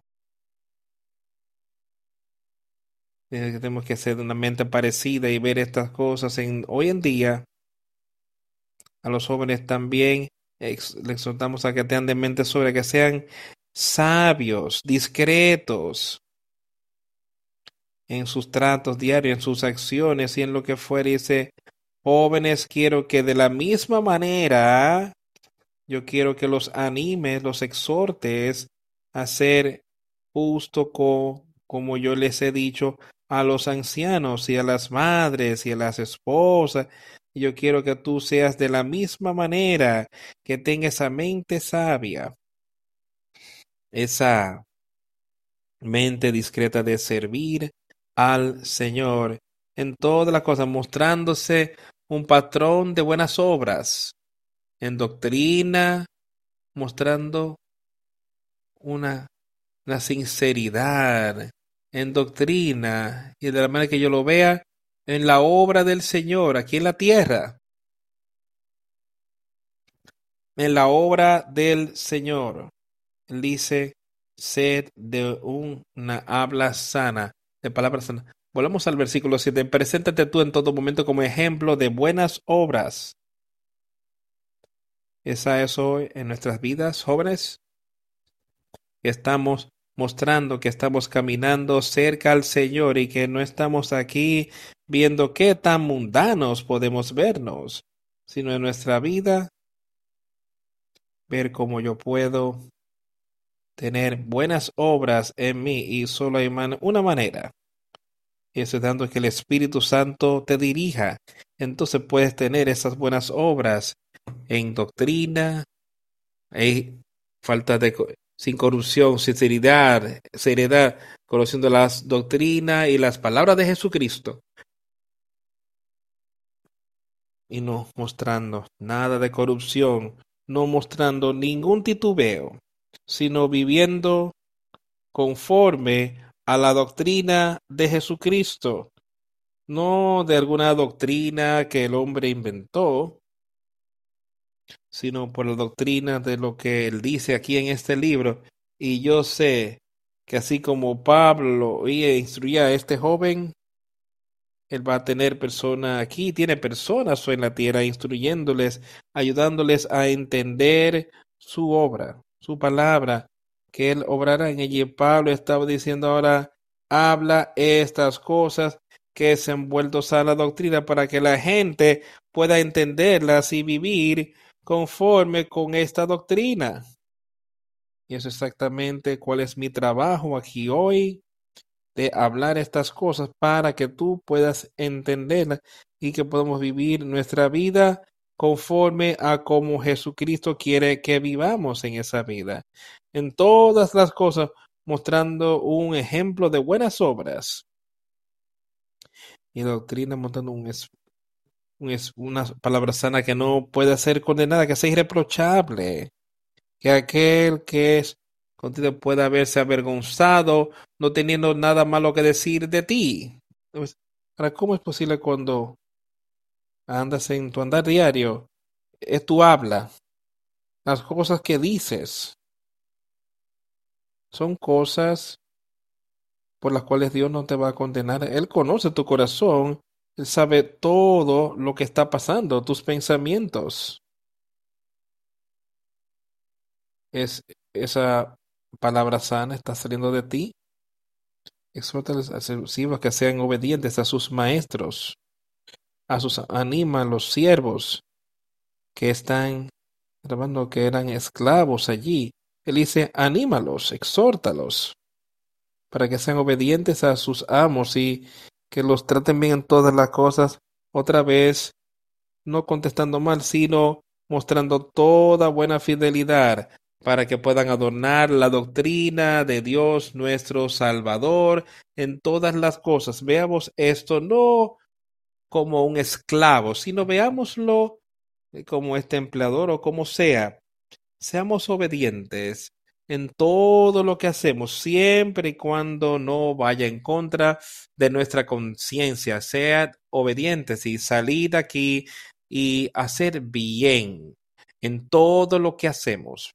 A: Dice que tenemos que ser de una mente parecida y ver estas cosas. En, hoy en día, a los jóvenes también ex, les exhortamos a que tengan de mente sobre que sean sabios, discretos en sus tratos diarios, en sus acciones y en lo que fuera. Dice, jóvenes, quiero que de la misma manera, yo quiero que los animes, los exhortes a ser justo co- como yo les he dicho a los ancianos y a las madres y a las esposas. Yo quiero que tú seas de la misma manera, que tengas esa mente sabia, esa mente discreta de servir al Señor en todas las cosas, mostrándose un patrón de buenas obras, en doctrina, mostrando una, una sinceridad en doctrina y de la manera que yo lo vea en la obra del Señor aquí en la tierra, en la obra del Señor. Él dice, sed de una habla sana, de palabras sanas. Volvamos al versículo siete. Preséntate tú en todo momento como ejemplo de buenas obras. Esa es hoy en nuestras vidas, jóvenes. Estamos mostrando que estamos caminando cerca al Señor y que no estamos aquí viendo qué tan mundanos podemos vernos, sino en nuestra vida ver cómo yo puedo tener buenas obras en mí y solo hay man- una manera. Y eso es dando que el Espíritu Santo te dirija. Entonces puedes tener esas buenas obras en doctrina, hay falta de co- sin corrupción, sinceridad, seriedad, conociendo las doctrinas y las palabras de Jesucristo y no mostrando nada de corrupción, no mostrando ningún titubeo, sino viviendo conforme a la doctrina de Jesucristo, no de alguna doctrina que el hombre inventó, sino por la doctrina de lo que él dice aquí en este libro. Y yo sé que así como Pablo oía e instruía a este joven, él va a tener personas aquí, tiene personas hoy en la tierra instruyéndoles, ayudándoles a entender su obra, su palabra, que él obrará en ella. Y Pablo estaba diciendo ahora, habla estas cosas que se han vuelto a la doctrina para que la gente pueda entenderlas y vivir conforme con esta doctrina. Y eso es exactamente cuál es mi trabajo aquí hoy, de hablar estas cosas para que tú puedas entenderlas y que podamos vivir nuestra vida conforme a como Jesucristo quiere que vivamos en esa vida. En todas las cosas, mostrando un ejemplo de buenas obras y doctrina, mostrando un, es- un es- una palabra sana que no puede ser condenada, que sea irreprochable, que aquel que es contigo pueda verse avergonzado, no teniendo nada malo que decir de ti. Entonces, ahora, ¿cómo es posible cuando andas en tu andar diario, es tu habla, las cosas que dices, son cosas por las cuales Dios no te va a condenar? Él conoce tu corazón, Él sabe todo lo que está pasando, tus pensamientos. Es esa palabra sana está saliendo de ti. Exhórtales a ser siervos que sean obedientes a sus maestros, a sus anima a los siervos que están grabando que eran esclavos allí. Él dice, anímalos, exhórtalos, para que sean obedientes a sus amos y que los traten bien en todas las cosas. Otra vez, no contestando mal, sino mostrando toda buena fidelidad, para que puedan adornar la doctrina de Dios nuestro Salvador en todas las cosas. Veamos esto no como un esclavo, sino veámoslo como este empleador o como sea. Seamos obedientes en todo lo que hacemos, siempre y cuando no vaya en contra de nuestra conciencia. Sean obedientes y salir de aquí y hacer bien en todo lo que hacemos,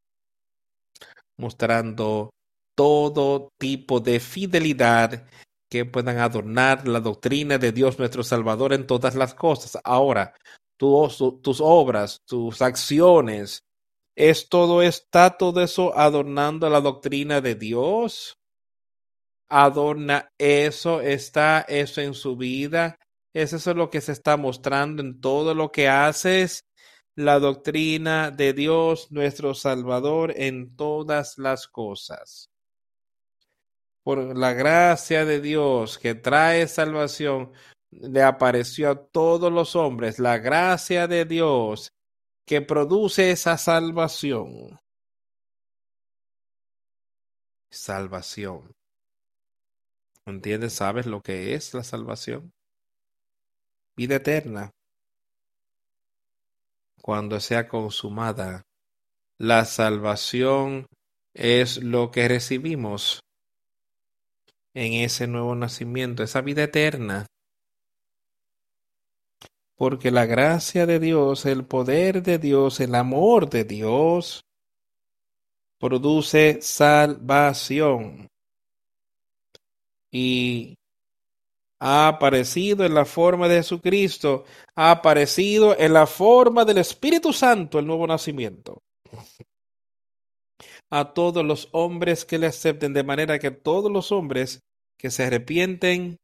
A: mostrando todo tipo de fidelidad que puedan adornar la doctrina de Dios nuestro Salvador en todas las cosas. Ahora, tu, tus obras, tus acciones, ¿es todo, está todo eso adornando la doctrina de Dios? ¿Adorna eso? ¿Está eso en su vida? ¿Es eso lo que se está mostrando en todo lo que haces? La doctrina de Dios, nuestro Salvador, en todas las cosas. Por la gracia de Dios que trae salvación, le apareció a todos los hombres la gracia de Dios que produce esa salvación. Salvación. ¿Entiendes? ¿Sabes lo que es la salvación? Vida eterna. Cuando sea consumada, la salvación es lo que recibimos en ese nuevo nacimiento, esa vida eterna. Porque la gracia de Dios, el poder de Dios, el amor de Dios produce salvación. Y ha aparecido en la forma de Jesucristo, ha aparecido en la forma del Espíritu Santo, el nuevo nacimiento, a todos los hombres que le acepten, de manera que todos los hombres que se arrepienten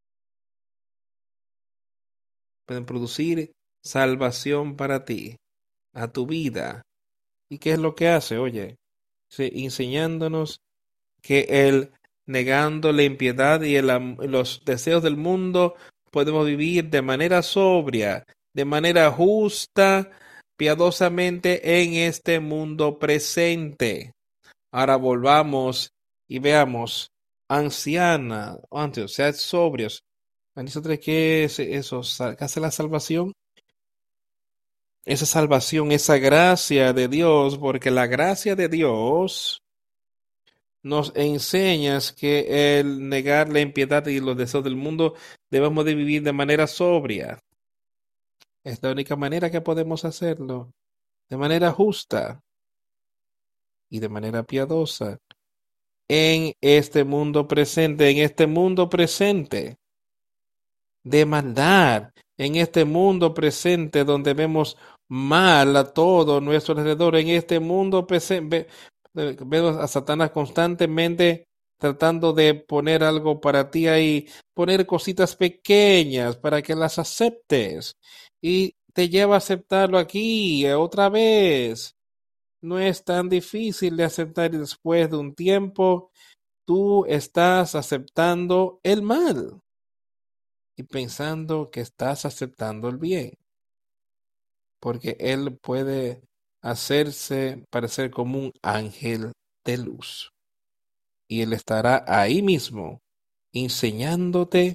A: pueden producir salvación para ti, a tu vida. ¿Y qué es lo que hace? Oye, sí, enseñándonos que el negando la impiedad y el, los deseos del mundo, podemos vivir de manera sobria, de manera justa, piadosamente en este mundo presente. Ahora volvamos y veamos, anciana, antes, o sea, sobrios. ¿Qué es eso? ¿Qué hace la salvación? Esa salvación, esa gracia de Dios, porque la gracia de Dios nos enseñas que el negar la impiedad y los deseos del mundo debemos de vivir de manera sobria. Es la única manera que podemos hacerlo, de manera justa y de manera piadosa. En este mundo presente, en este mundo presente de maldad, en este mundo presente donde vemos mal a todo nuestro alrededor, en este mundo presente vemos a Satanás constantemente tratando de poner algo para ti ahí, poner cositas pequeñas para que las aceptes y te lleva a aceptarlo aquí otra vez. No es tan difícil de aceptar y después de un tiempo tú estás aceptando el mal y pensando que estás aceptando el bien, porque él puede hacerse parecer como un ángel de luz. Y él estará ahí mismo enseñándote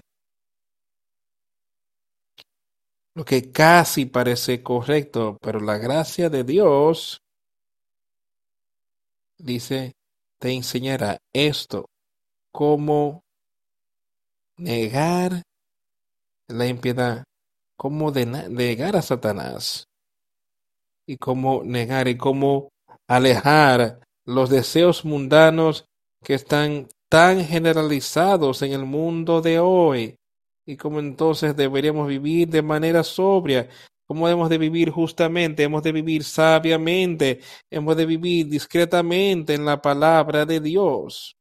A: lo que casi parece correcto, pero la gracia de Dios dice, te enseñará esto, cómo negar la impiedad, cómo de negar a Satanás y cómo negar y cómo alejar los deseos mundanos que están tan generalizados en el mundo de hoy, y cómo entonces deberíamos vivir de manera sobria, cómo hemos de vivir justamente, hemos de vivir sabiamente, hemos de vivir discretamente en la palabra de Dios.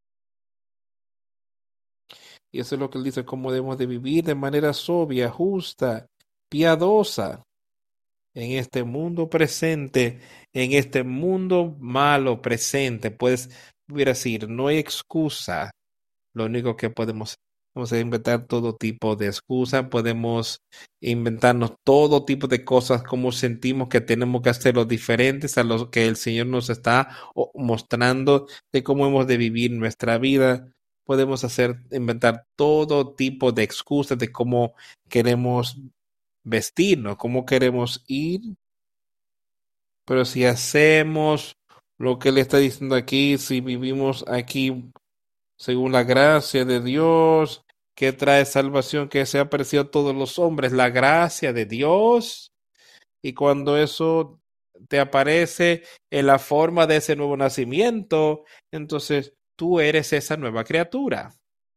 A: Y eso es lo que él dice, cómo debemos de vivir de manera sobria, justa, piadosa, en este mundo presente, en este mundo malo presente. Puedes decir, no hay excusa. Lo único que podemos Vamos a inventar todo tipo de excusas, podemos inventarnos todo tipo de cosas como sentimos que tenemos que hacerlo diferentes a lo que el Señor nos está o- mostrando de cómo hemos de vivir nuestra vida. Podemos hacer, inventar todo tipo de excusas de cómo queremos vestirnos, cómo queremos ir, pero si hacemos lo que Él está diciendo aquí, si vivimos aquí según la gracia de Dios, que trae salvación, que se ha aparecido a todos los hombres, la gracia de Dios. Y cuando eso te aparece en la forma de ese nuevo nacimiento, entonces tú eres esa nueva criatura.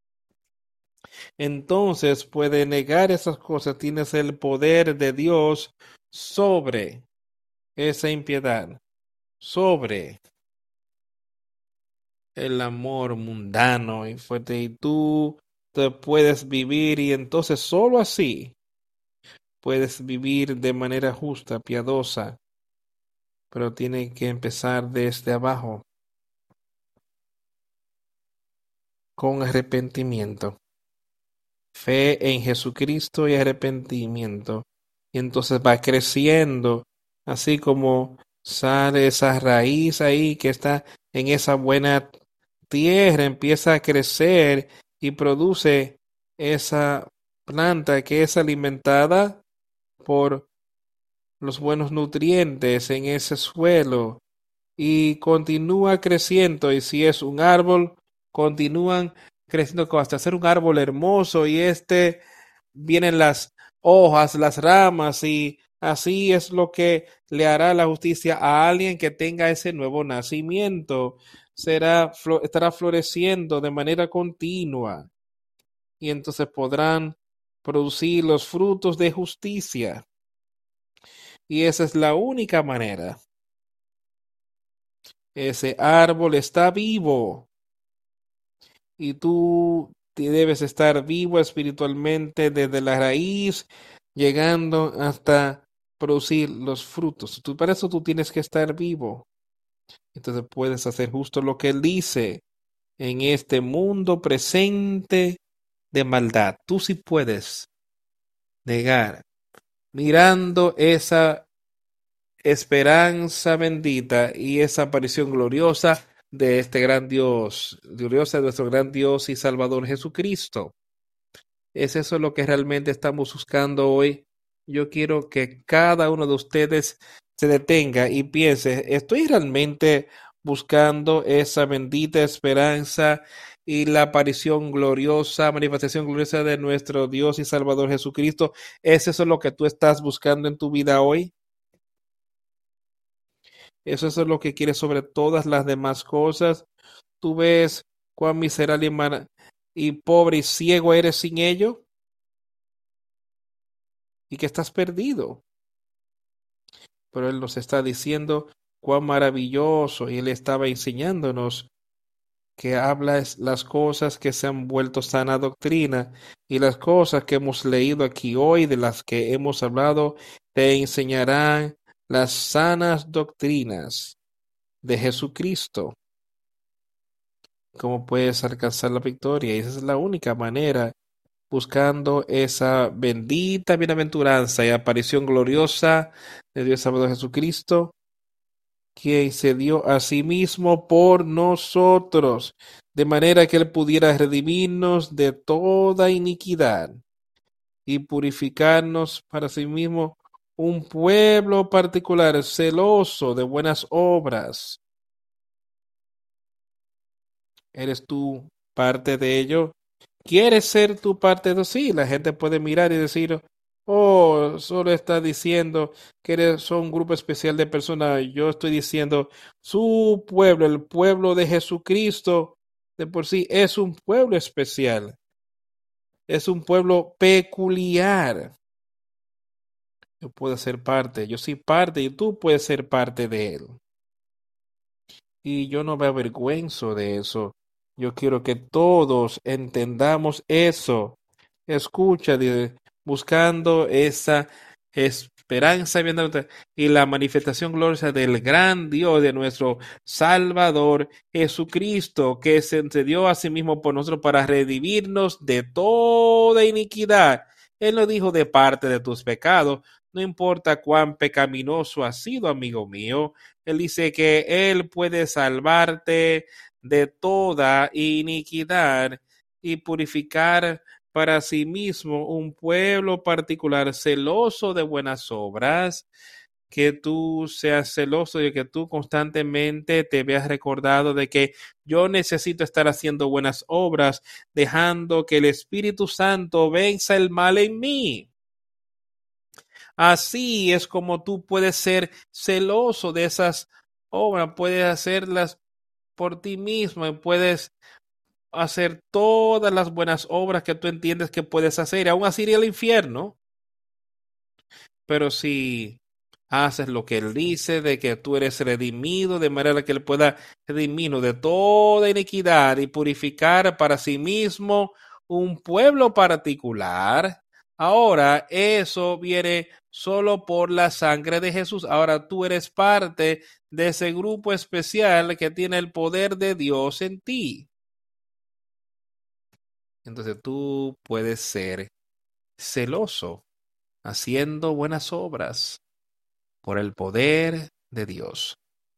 A: Entonces puede negar esas cosas, tienes el poder de Dios sobre esa impiedad, sobre el amor mundano y fuerte, y tú te puedes vivir, y entonces solo así puedes vivir de manera justa, piadosa, pero tiene que empezar desde abajo, con arrepentimiento, fe en Jesucristo y arrepentimiento, y entonces va creciendo, así como sale esa raíz ahí que está en esa buena tierra, empieza a crecer y produce esa planta que es alimentada por los buenos nutrientes en ese suelo y continúa creciendo, y si es un árbol, continúan creciendo hasta ser un árbol hermoso, y este vienen las hojas, las ramas, y así es lo que le hará la justicia a alguien que tenga ese nuevo nacimiento. Será, estará floreciendo de manera continua, y entonces podrán producir los frutos de justicia. Y esa es la única manera. Ese árbol está vivo y tú debes estar vivo espiritualmente desde la raíz, llegando hasta producir los frutos. Tú, para eso tú tienes que estar vivo. Entonces puedes hacer justo lo que Él dice en este mundo presente de maldad. Tú sí puedes negar, mirando esa esperanza bendita y esa aparición gloriosa de este gran Dios, gloriosa de nuestro gran Dios y Salvador Jesucristo. ¿Es eso lo que realmente estamos buscando hoy? Yo quiero que cada uno de ustedes se detenga y piense, ¿estoy realmente buscando esa bendita esperanza y la aparición gloriosa, manifestación gloriosa de nuestro Dios y Salvador Jesucristo? ¿Es eso lo que tú estás buscando en tu vida hoy? Eso es lo que quieres sobre todas las demás cosas. Tú ves cuán miserable y, mar- y pobre y ciego eres sin ello, y que estás perdido. Pero Él nos está diciendo cuán maravilloso, y Él estaba enseñándonos que habla es las cosas que se han vuelto sana doctrina, y las cosas que hemos leído aquí hoy, de las que hemos hablado, te enseñarán las sanas doctrinas de Jesucristo. Cómo puedes alcanzar la victoria. Y esa es la única manera, buscando esa bendita bienaventuranza y aparición gloriosa de Dios Salvador Jesucristo, quien se dio a sí mismo por nosotros, de manera que Él pudiera redimirnos de toda iniquidad y purificarnos para sí mismo un pueblo particular, celoso de buenas obras. ¿Eres tú parte de ello? ¿Quieres ser tu parte de sí? La gente puede mirar y decir, oh, solo está diciendo que eres son un grupo especial de personas. Yo estoy diciendo, su pueblo, el pueblo de Jesucristo, de por sí es un pueblo especial, es un pueblo peculiar. Yo puedo ser parte, yo soy parte y tú puedes ser parte de él. Y yo no me avergüenzo de eso. Yo quiero que todos entendamos eso. Escucha, dice, buscando esa esperanza y la manifestación gloriosa del gran Dios, de nuestro Salvador Jesucristo, que se dio a sí mismo por nosotros para redimirnos de toda iniquidad. Él nos dijo: de parte de tus pecados, no importa cuán pecaminoso has sido, amigo mío. Él dice que Él puede salvarte de toda iniquidad y purificar para sí mismo un pueblo particular celoso de buenas obras. Que tú seas celoso y que tú constantemente te veas recordado de que yo necesito estar haciendo buenas obras, dejando que el Espíritu Santo venza el mal en mí. Así es como tú puedes ser celoso de esas obras, puedes hacerlas por ti mismo y puedes hacer todas las buenas obras que tú entiendes que puedes hacer, aún así ir al infierno. Pero si haces lo que Él dice, de que tú eres redimido, de manera que Él pueda redimirnos de toda iniquidad y purificar para sí mismo un pueblo particular, ahora eso viene solo por la sangre de Jesús. Ahora tú eres parte de ese grupo especial que tiene el poder de Dios en ti. Entonces tú puedes ser celoso, haciendo buenas obras por el poder de Dios.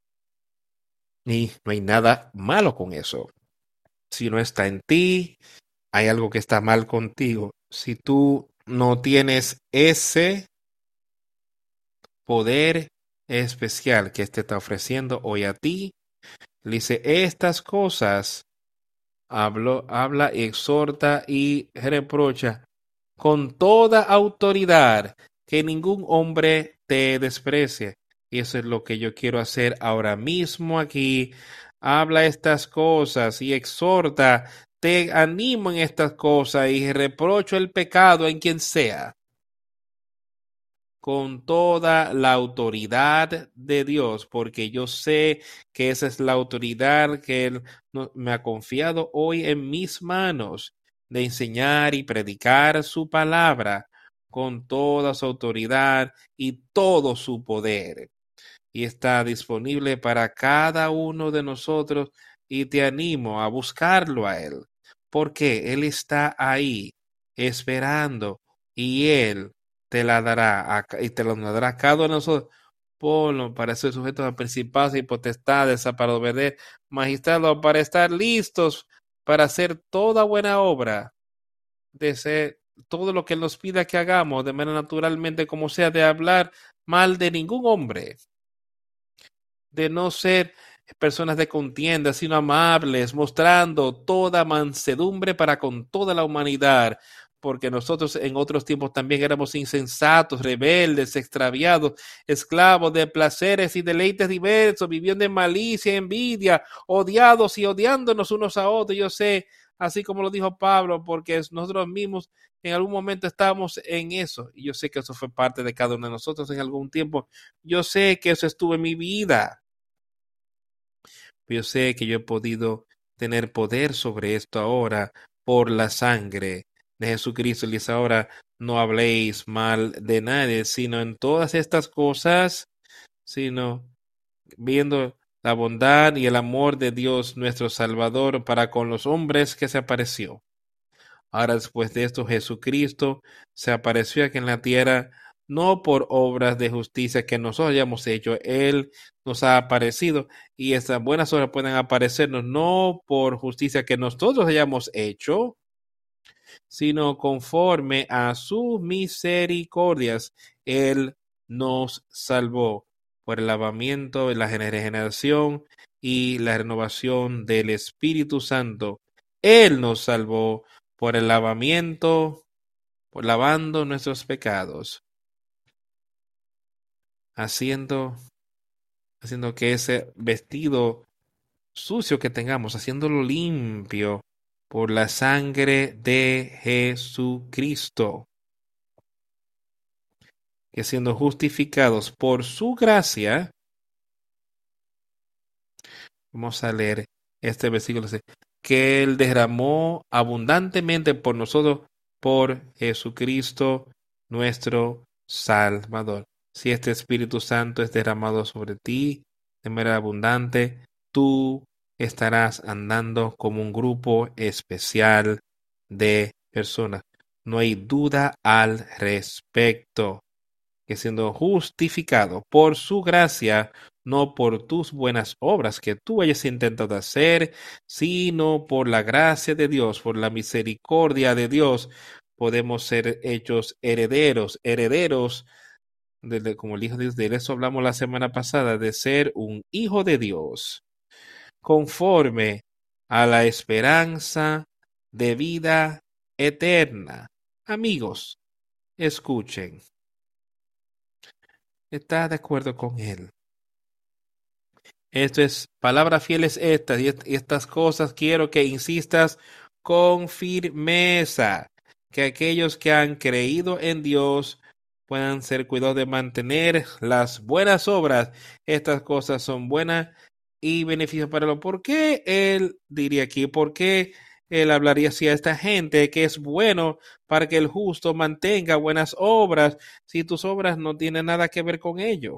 A: Y no hay nada malo con eso. Si no está en ti, hay algo que está mal contigo. Si tú no tienes ese poder especial que este está ofreciendo hoy a ti, le dice: estas cosas hablo, habla, exhorta y reprocha con toda autoridad, que ningún hombre te desprecie. Y eso es lo que yo quiero hacer ahora mismo aquí. Habla estas cosas y exhorta, te animo en estas cosas y reprocho el pecado en quien sea, con toda la autoridad de Dios, porque yo sé que esa es la autoridad que Él me ha confiado hoy en mis manos, de enseñar y predicar su palabra con toda su autoridad y todo su poder. Y está disponible para cada uno de nosotros, y te animo a buscarlo a Él, porque Él está ahí esperando, y Él te la dará a, y te la dará a cada uno de nosotros. Ponlo para ser sujetos a principados y potestades, a para obedecer, magistrados, para estar listos para hacer toda buena obra, de ser todo lo que Él nos pida que hagamos, de manera naturalmente como sea, de hablar mal de ningún hombre, de no ser personas de contienda, sino amables, mostrando toda mansedumbre para con toda la humanidad, porque nosotros en otros tiempos también éramos insensatos, rebeldes, extraviados, esclavos de placeres y deleites diversos, viviendo en malicia, envidia, odiados y odiándonos unos a otros. Yo sé, así como lo dijo Pablo, porque nosotros mismos en algún momento estábamos en eso, y yo sé que eso fue parte de cada uno de nosotros en algún tiempo. Yo sé que eso estuvo en mi vida. Yo sé que yo he podido tener poder sobre esto ahora por la sangre de Jesucristo. Y dice: ahora no habléis mal de nadie, sino en todas estas cosas, sino viendo la bondad y el amor de Dios nuestro Salvador para con los hombres, que se apareció. Ahora, después de esto, Jesucristo se apareció aquí en la tierra, no por obras de justicia que nosotros hayamos hecho. Él nos ha aparecido, y estas buenas obras pueden aparecernos no por justicia que nosotros hayamos hecho, sino conforme a sus misericordias. Él nos salvó por el lavamiento, la regeneración y la renovación del Espíritu Santo. Él nos salvó por el lavamiento, por lavando nuestros pecados, haciendo, haciendo que ese vestido sucio que tengamos, haciéndolo limpio por la sangre de Jesucristo, que siendo justificados por su gracia, vamos a leer este versículo, que Él derramó abundantemente por nosotros, por Jesucristo nuestro Salvador. si este Espíritu Santo es derramado sobre ti de manera abundante, tú estarás andando como un grupo especial de personas. No hay duda al respecto, que siendo justificado por su gracia, no por tus buenas obras que tú hayas intentado hacer, sino por la gracia de Dios, por la misericordia de Dios, podemos ser hechos herederos, herederos, de, de- como el Hijo de Dios. De eso hablamos la semana pasada, de ser un hijo de Dios, conforme a la esperanza de vida eterna. Amigos, escuchen, ¿está de acuerdo con él? Esto es palabras fieles estas y, est- y estas cosas quiero que insistas con firmeza, que aquellos que han creído en Dios puedan ser cuidados de mantener las buenas obras. Estas cosas son buenas y beneficios para lo. ¿Por qué él diría aquí? ¿Por qué él hablaría así a esta gente que es bueno para que el justo mantenga buenas obras si tus obras no tienen nada que ver con ello?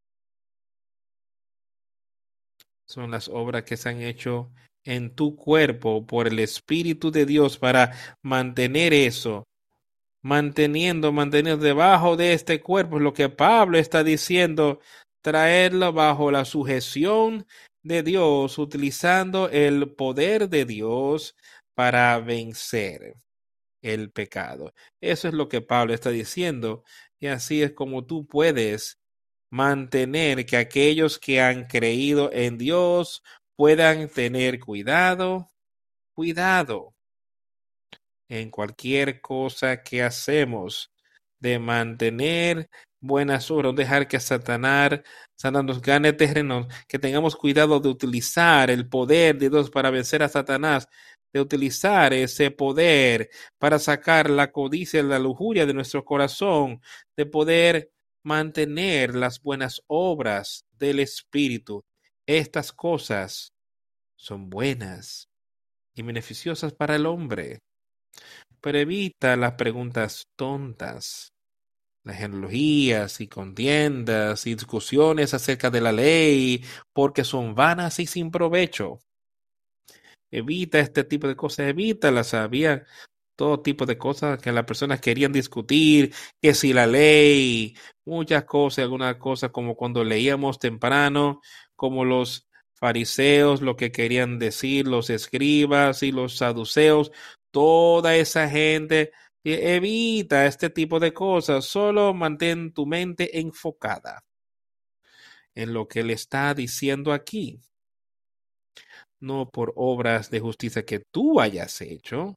A: Son las obras que se han hecho en tu cuerpo por el Espíritu de Dios para mantener eso, manteniendo, manteniendo debajo de este cuerpo, es lo que Pablo está diciendo, traerlo bajo la sujeción de Dios, utilizando el poder de Dios para vencer el pecado. Eso es lo que Pablo está diciendo, y así es como tú puedes mantener que aquellos que han creído en Dios puedan tener cuidado, cuidado en cualquier cosa que hacemos, de mantener buenas obras, no dejar que Satanás, Satanás nos gane terreno, que tengamos cuidado de utilizar el poder de Dios para vencer a Satanás, de utilizar ese poder para sacar la codicia y la lujuria de nuestro corazón, de poder mantener las buenas obras del Espíritu. Estas cosas son buenas y beneficiosas para el hombre, pero evita las preguntas tontas, las genealogías y contiendas y discusiones acerca de la ley, porque son vanas y sin provecho. Evita este tipo de cosas, evítalas. Había todo tipo de cosas que las personas querían discutir, que si la ley, muchas cosas, algunas cosas como cuando leíamos temprano, como los fariseos, lo que querían decir, los escribas y los saduceos, toda esa gente. e- Evita este tipo de cosas, solo mantén tu mente enfocada en lo que él está diciendo aquí, no por obras de justicia que tú hayas hecho,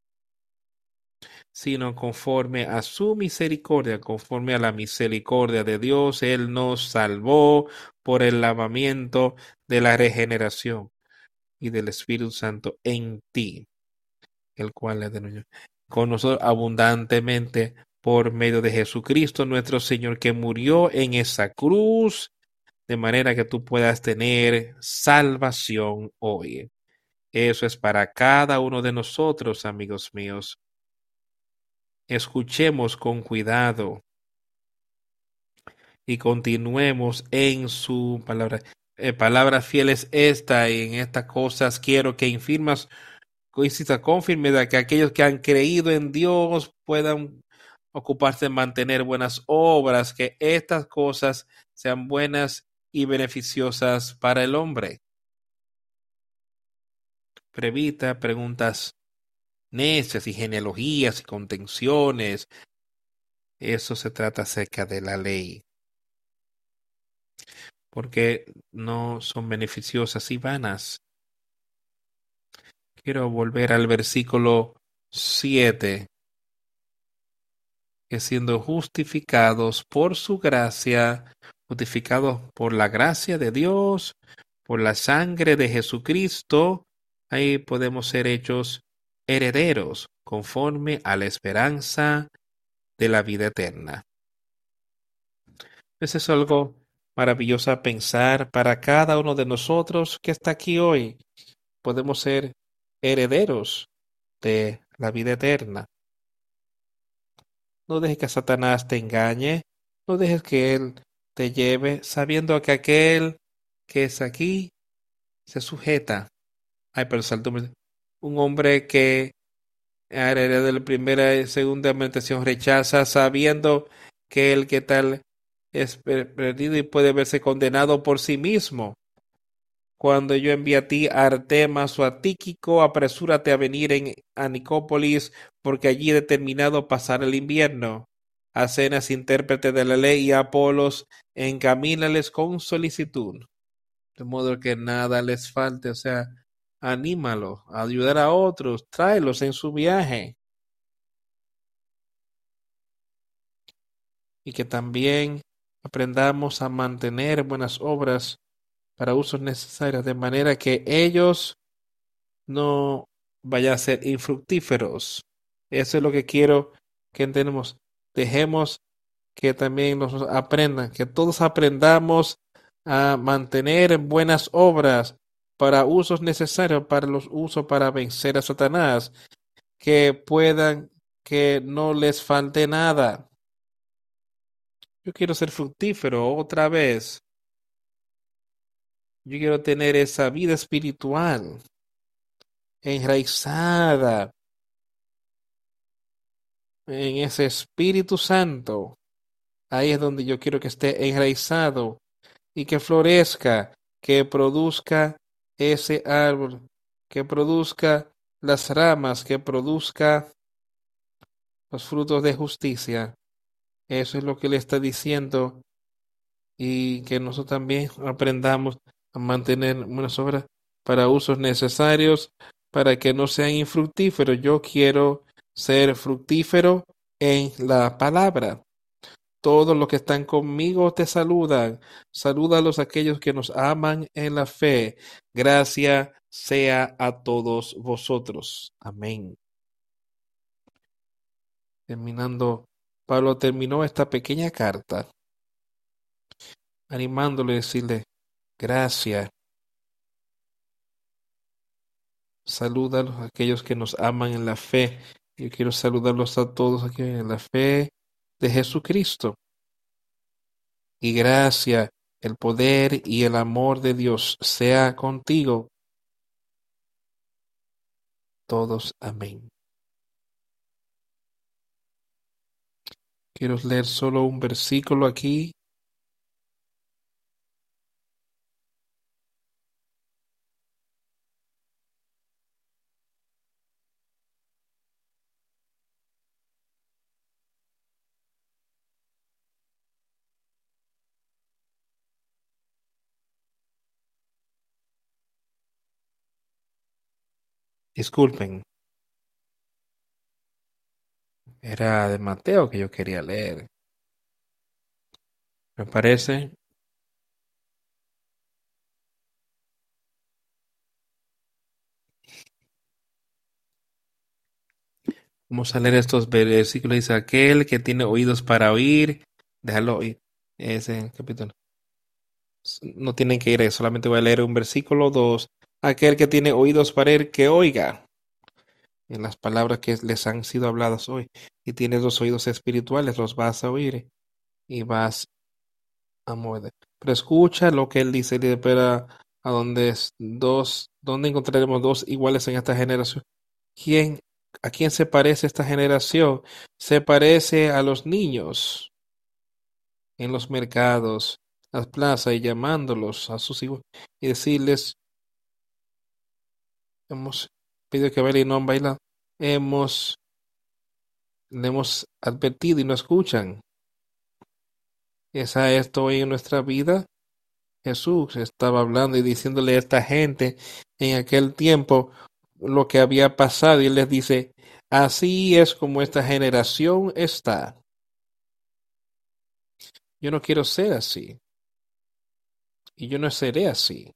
A: sino conforme a su misericordia, conforme a la misericordia de Dios, Él nos salvó por el lavamiento de la regeneración y del Espíritu Santo en ti, el cual es de nosotros, con nosotros abundantemente por medio de Jesucristo nuestro Señor, que murió en esa cruz, de manera que tú puedas tener salvación hoy. Eso es para cada uno de nosotros, amigos míos. Escuchemos con cuidado y continuemos en su palabra. Eh, palabra fiel es esta, y en estas cosas quiero que infirmas, insista con firmeza, que aquellos que han creído en Dios puedan ocuparse de mantener buenas obras, que estas cosas sean buenas y beneficiosas para el hombre. Previta preguntas necias y genealogías y contenciones. Eso se trata acerca de la ley, porque no son beneficiosas y vanas. Quiero volver al versículo siete, que siendo justificados por su gracia, justificados por la gracia de Dios, por la sangre de Jesucristo, ahí podemos ser hechos herederos conforme a la esperanza de la vida eterna. Eso es algo maravilloso a pensar para cada uno de nosotros que está aquí hoy. Podemos ser herederos de la vida eterna. No dejes que Satanás te engañe. No dejes que Él te lleve sabiendo que aquel que es aquí se sujeta. Ay, pero saltó un hombre que a heredad de la primera y segunda alimentación rechaza sabiendo que el que tal es per- perdido y puede verse condenado por sí mismo. Cuando yo envíe a ti a Artemas o a Tíquico, apresúrate a venir en, a Nicópolis, porque allí he determinado pasar el invierno. A Cenas, intérprete de la ley, y a Apolos, encamínales con solicitud, de modo que nada les falte, o sea, anímalo a ayudar a otros, tráelos en su viaje, y que también aprendamos a mantener buenas obras para usos necesarios, de manera que ellos no vayan a ser infructíferos. Eso es lo que quiero que entendamos. Dejemos que también nos aprendan, que todos aprendamos a mantener buenas obras para usos necesarios, para los usos para vencer a Satanás, que puedan, que no les falte nada. Yo quiero ser fructífero otra vez. Yo quiero tener esa vida espiritual enraizada en ese Espíritu Santo. Ahí es donde yo quiero que esté enraizado y que florezca, que produzca ese árbol, que produzca las ramas, que produzca los frutos de justicia. Eso es lo que le está diciendo, y que nosotros también aprendamos a mantener buenas obras para usos necesarios, para que no sean infructíferos. Yo quiero ser fructífero en la palabra. Todos los que están conmigo te saludan. Salúdalos a aquellos que nos aman en la fe. Gracia sea a todos vosotros. Amén. Terminando, Pablo terminó esta pequeña carta animándole a decirle, gracias. Salúdalos a aquellos que nos aman en la fe. Yo quiero saludarlos a todos aquí en la fe de Jesucristo. Y gracia, el poder y el amor de Dios sea contigo. Todos. Amén. Quiero leer solo un versículo aquí. Disculpen, era de Mateo que yo quería leer. Me parece. Vamos a leer estos versículos. Dice, aquel que tiene oídos para oír, déjalo oír. Ese capítulo. No tienen que ir ahí, solamente voy a leer un versículo dos. Aquel que tiene oídos para oír, que oiga en las palabras que les han sido habladas hoy. Y tienes los oídos espirituales, los vas a oír y vas a mover. Pero escucha lo que él dice, dice, pero a donde es dos, ¿dónde encontraremos dos iguales en esta generación? ¿Quién, a quién se parece esta generación? Se parece a los niños en los mercados, las plazas, y llamándolos a sus hijos y decirles, hemos pedido que bailen y no han bailado, hemos, le hemos advertido y no escuchan. ¿Esa es esto hoy en nuestra vida? Jesús estaba hablando y diciéndole a esta gente en aquel tiempo lo que había pasado, y él les dice, así es como esta generación está. Yo no quiero ser así, y yo no seré así.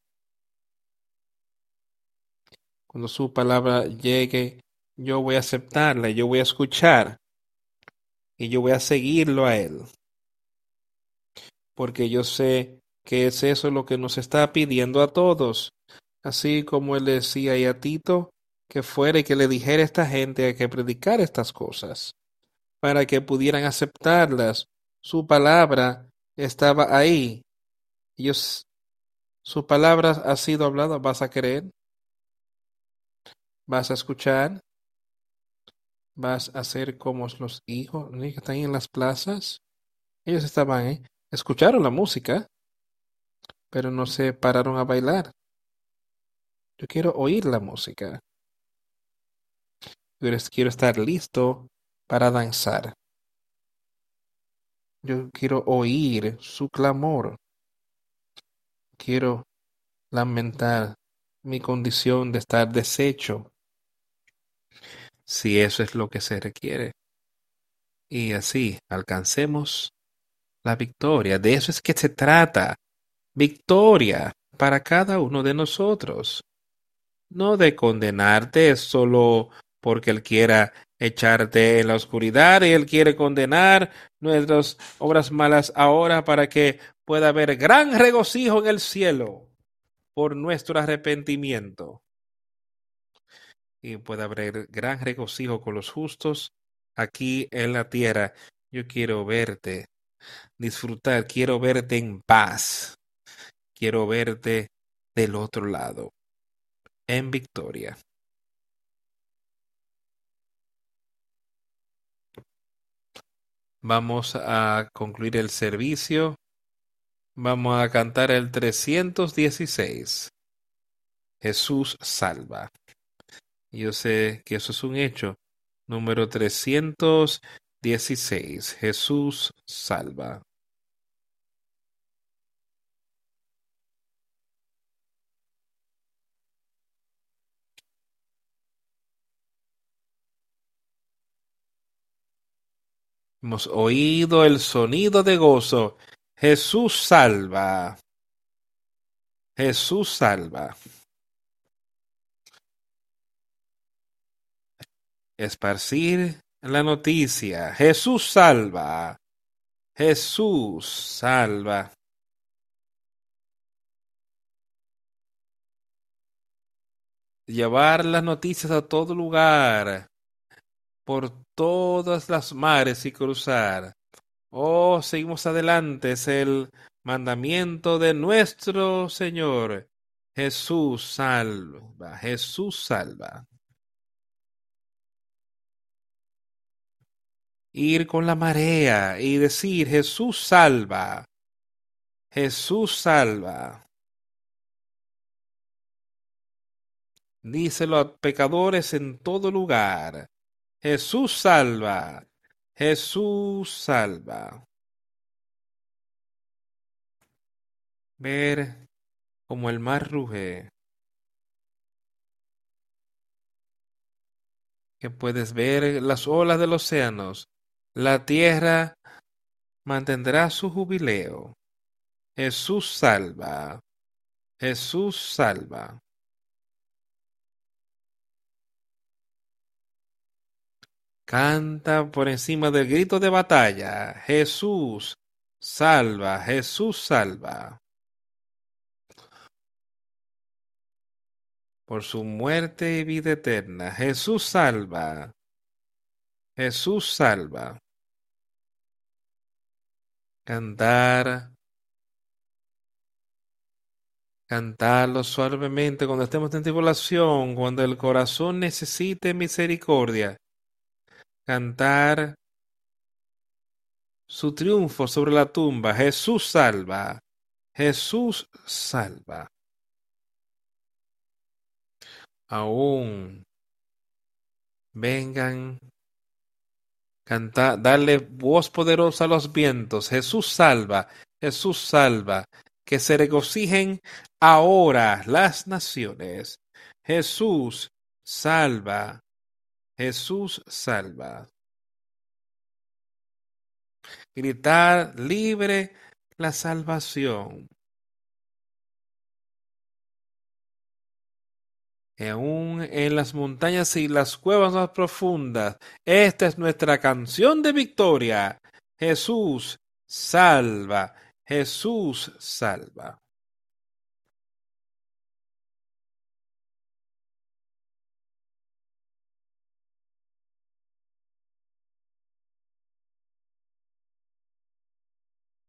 A: Cuando su palabra llegue, yo voy a aceptarla, yo voy a escuchar, y yo voy a seguirlo a él, porque yo sé que es eso lo que nos está pidiendo a todos. Así como él decía y a Tito, que fuera y que le dijera a esta gente a que predicar estas cosas, para que pudieran aceptarlas, Su palabra estaba ahí. Ellos, su palabra ha sido hablada. ¿Vas a creer? ¿Vas a escuchar? ¿Vas a ser como los hijos ¿no? que están ahí en las plazas? Ellos estaban ahí. Escucharon la música, pero no se pararon a bailar. Yo quiero oír la música. Yo quiero estar listo para danzar. Yo quiero oír su clamor. Quiero lamentar mi condición de estar deshecho, si eso es lo que se requiere. Y así alcancemos la victoria. De eso es que se trata. Victoria para cada uno de nosotros. No de condenarte solo porque Él quiera echarte en la oscuridad y Él quiere condenar nuestras obras malas ahora para que pueda haber gran regocijo en el cielo por nuestro arrepentimiento y pueda haber gran regocijo con los justos aquí en la tierra. Yo quiero verte disfrutar, quiero verte en paz, quiero verte del otro lado, en victoria. Vamos a concluir el servicio. Vamos a cantar el trescientos dieciséis. Jesús salva. Yo sé que eso es un hecho. Número trescientos dieciséis. Jesús salva. Hemos oído el sonido de gozo. Jesús salva. Jesús salva. Esparcir la noticia. Jesús salva. Jesús salva. Llevar las noticias a todo lugar, por todas las mares y cruzar. Oh, seguimos adelante, es el mandamiento de nuestro Señor. Jesús salva, Jesús salva. Ir con la marea y decir, Jesús salva, Jesús salva. Díselo a pecadores en todo lugar. Jesús salva, Jesús salva. Ver como el mar ruge, que puedes ver las olas del océano. La tierra mantendrá su jubileo. Jesús salva, Jesús salva. Canta por encima del grito de batalla. Jesús salva, Jesús salva. Por su muerte y vida eterna. Jesús salva, Jesús salva. Cantar, cantarlo suavemente cuando estemos en tribulación, cuando el corazón necesite misericordia. Cantar su triunfo sobre la tumba. Jesús salva, Jesús salva. Aún vengan, cantar, darle voz poderosa a los vientos. Jesús salva, Jesús salva. Que se regocijen ahora las naciones. Jesús salva, Jesús salva. Gritar libre la salvación. Aún en las montañas y las cuevas más profundas. Esta es nuestra canción de victoria. Jesús salva, Jesús salva.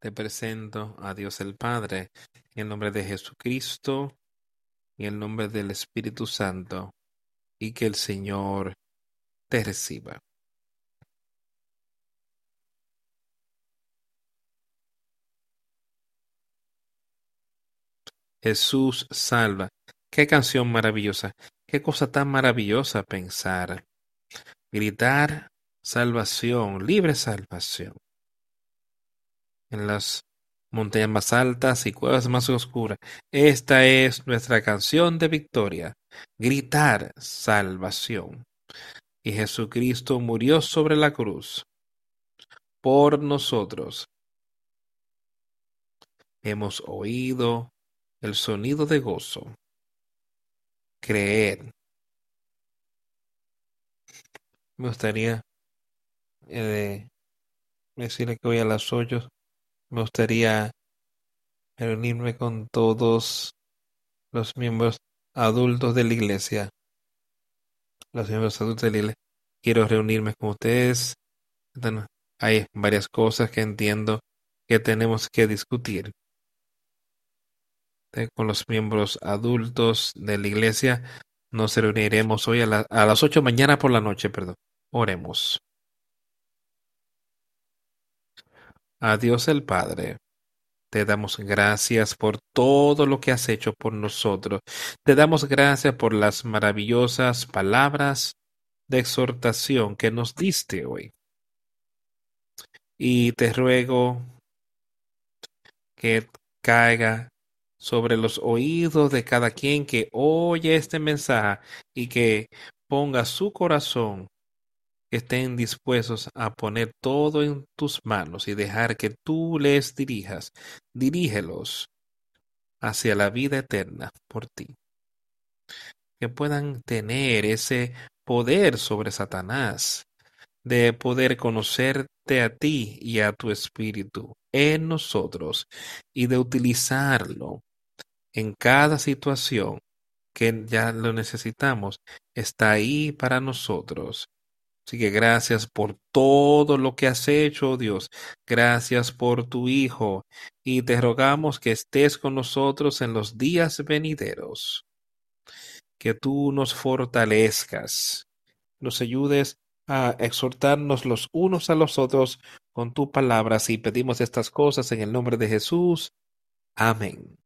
A: Te presento a Dios el Padre, en el nombre de Jesucristo y en el nombre del Espíritu Santo, y que el Señor te reciba. Jesús salva. Qué canción maravillosa, qué cosa tan maravillosa pensar. Gritar salvación, libre salvación. En las montañas más altas y cuevas más oscuras. Esta es nuestra canción de victoria. Gritar salvación. Y Jesucristo murió sobre la cruz por nosotros. Hemos oído el sonido de gozo. Creer. Me gustaría eh, decirle que hoy a las ocho me gustaría reunirme con todos los miembros adultos de la iglesia. Los miembros adultos de la iglesia. Quiero reunirme con ustedes. Bueno, hay varias cosas que entiendo que tenemos que discutir eh, con los miembros adultos de la iglesia. Nos reuniremos hoy a, la- a las ocho mañana por la noche, perdón. Oremos. A Dios el Padre, te damos gracias por todo lo que has hecho por nosotros. Te damos gracias por las maravillosas palabras de exhortación que nos diste hoy. Y te ruego que caiga sobre los oídos de cada quien que oye este mensaje y que ponga su corazón, que estén dispuestos a poner todo en tus manos y dejar que tú les dirijas. Dirígelos hacia la vida eterna por ti. Que puedan tener ese poder sobre Satanás, de poder conocerte a ti y a tu espíritu en nosotros y de utilizarlo en cada situación que ya lo necesitamos, está ahí para nosotros. Así que gracias por todo lo que has hecho, Dios. Gracias por tu Hijo. Y te rogamos que estés con nosotros en los días venideros. Que tú nos fortalezcas, nos ayudes a exhortarnos los unos a los otros con tu palabra. Y pedimos estas cosas en el nombre de Jesús. Amén.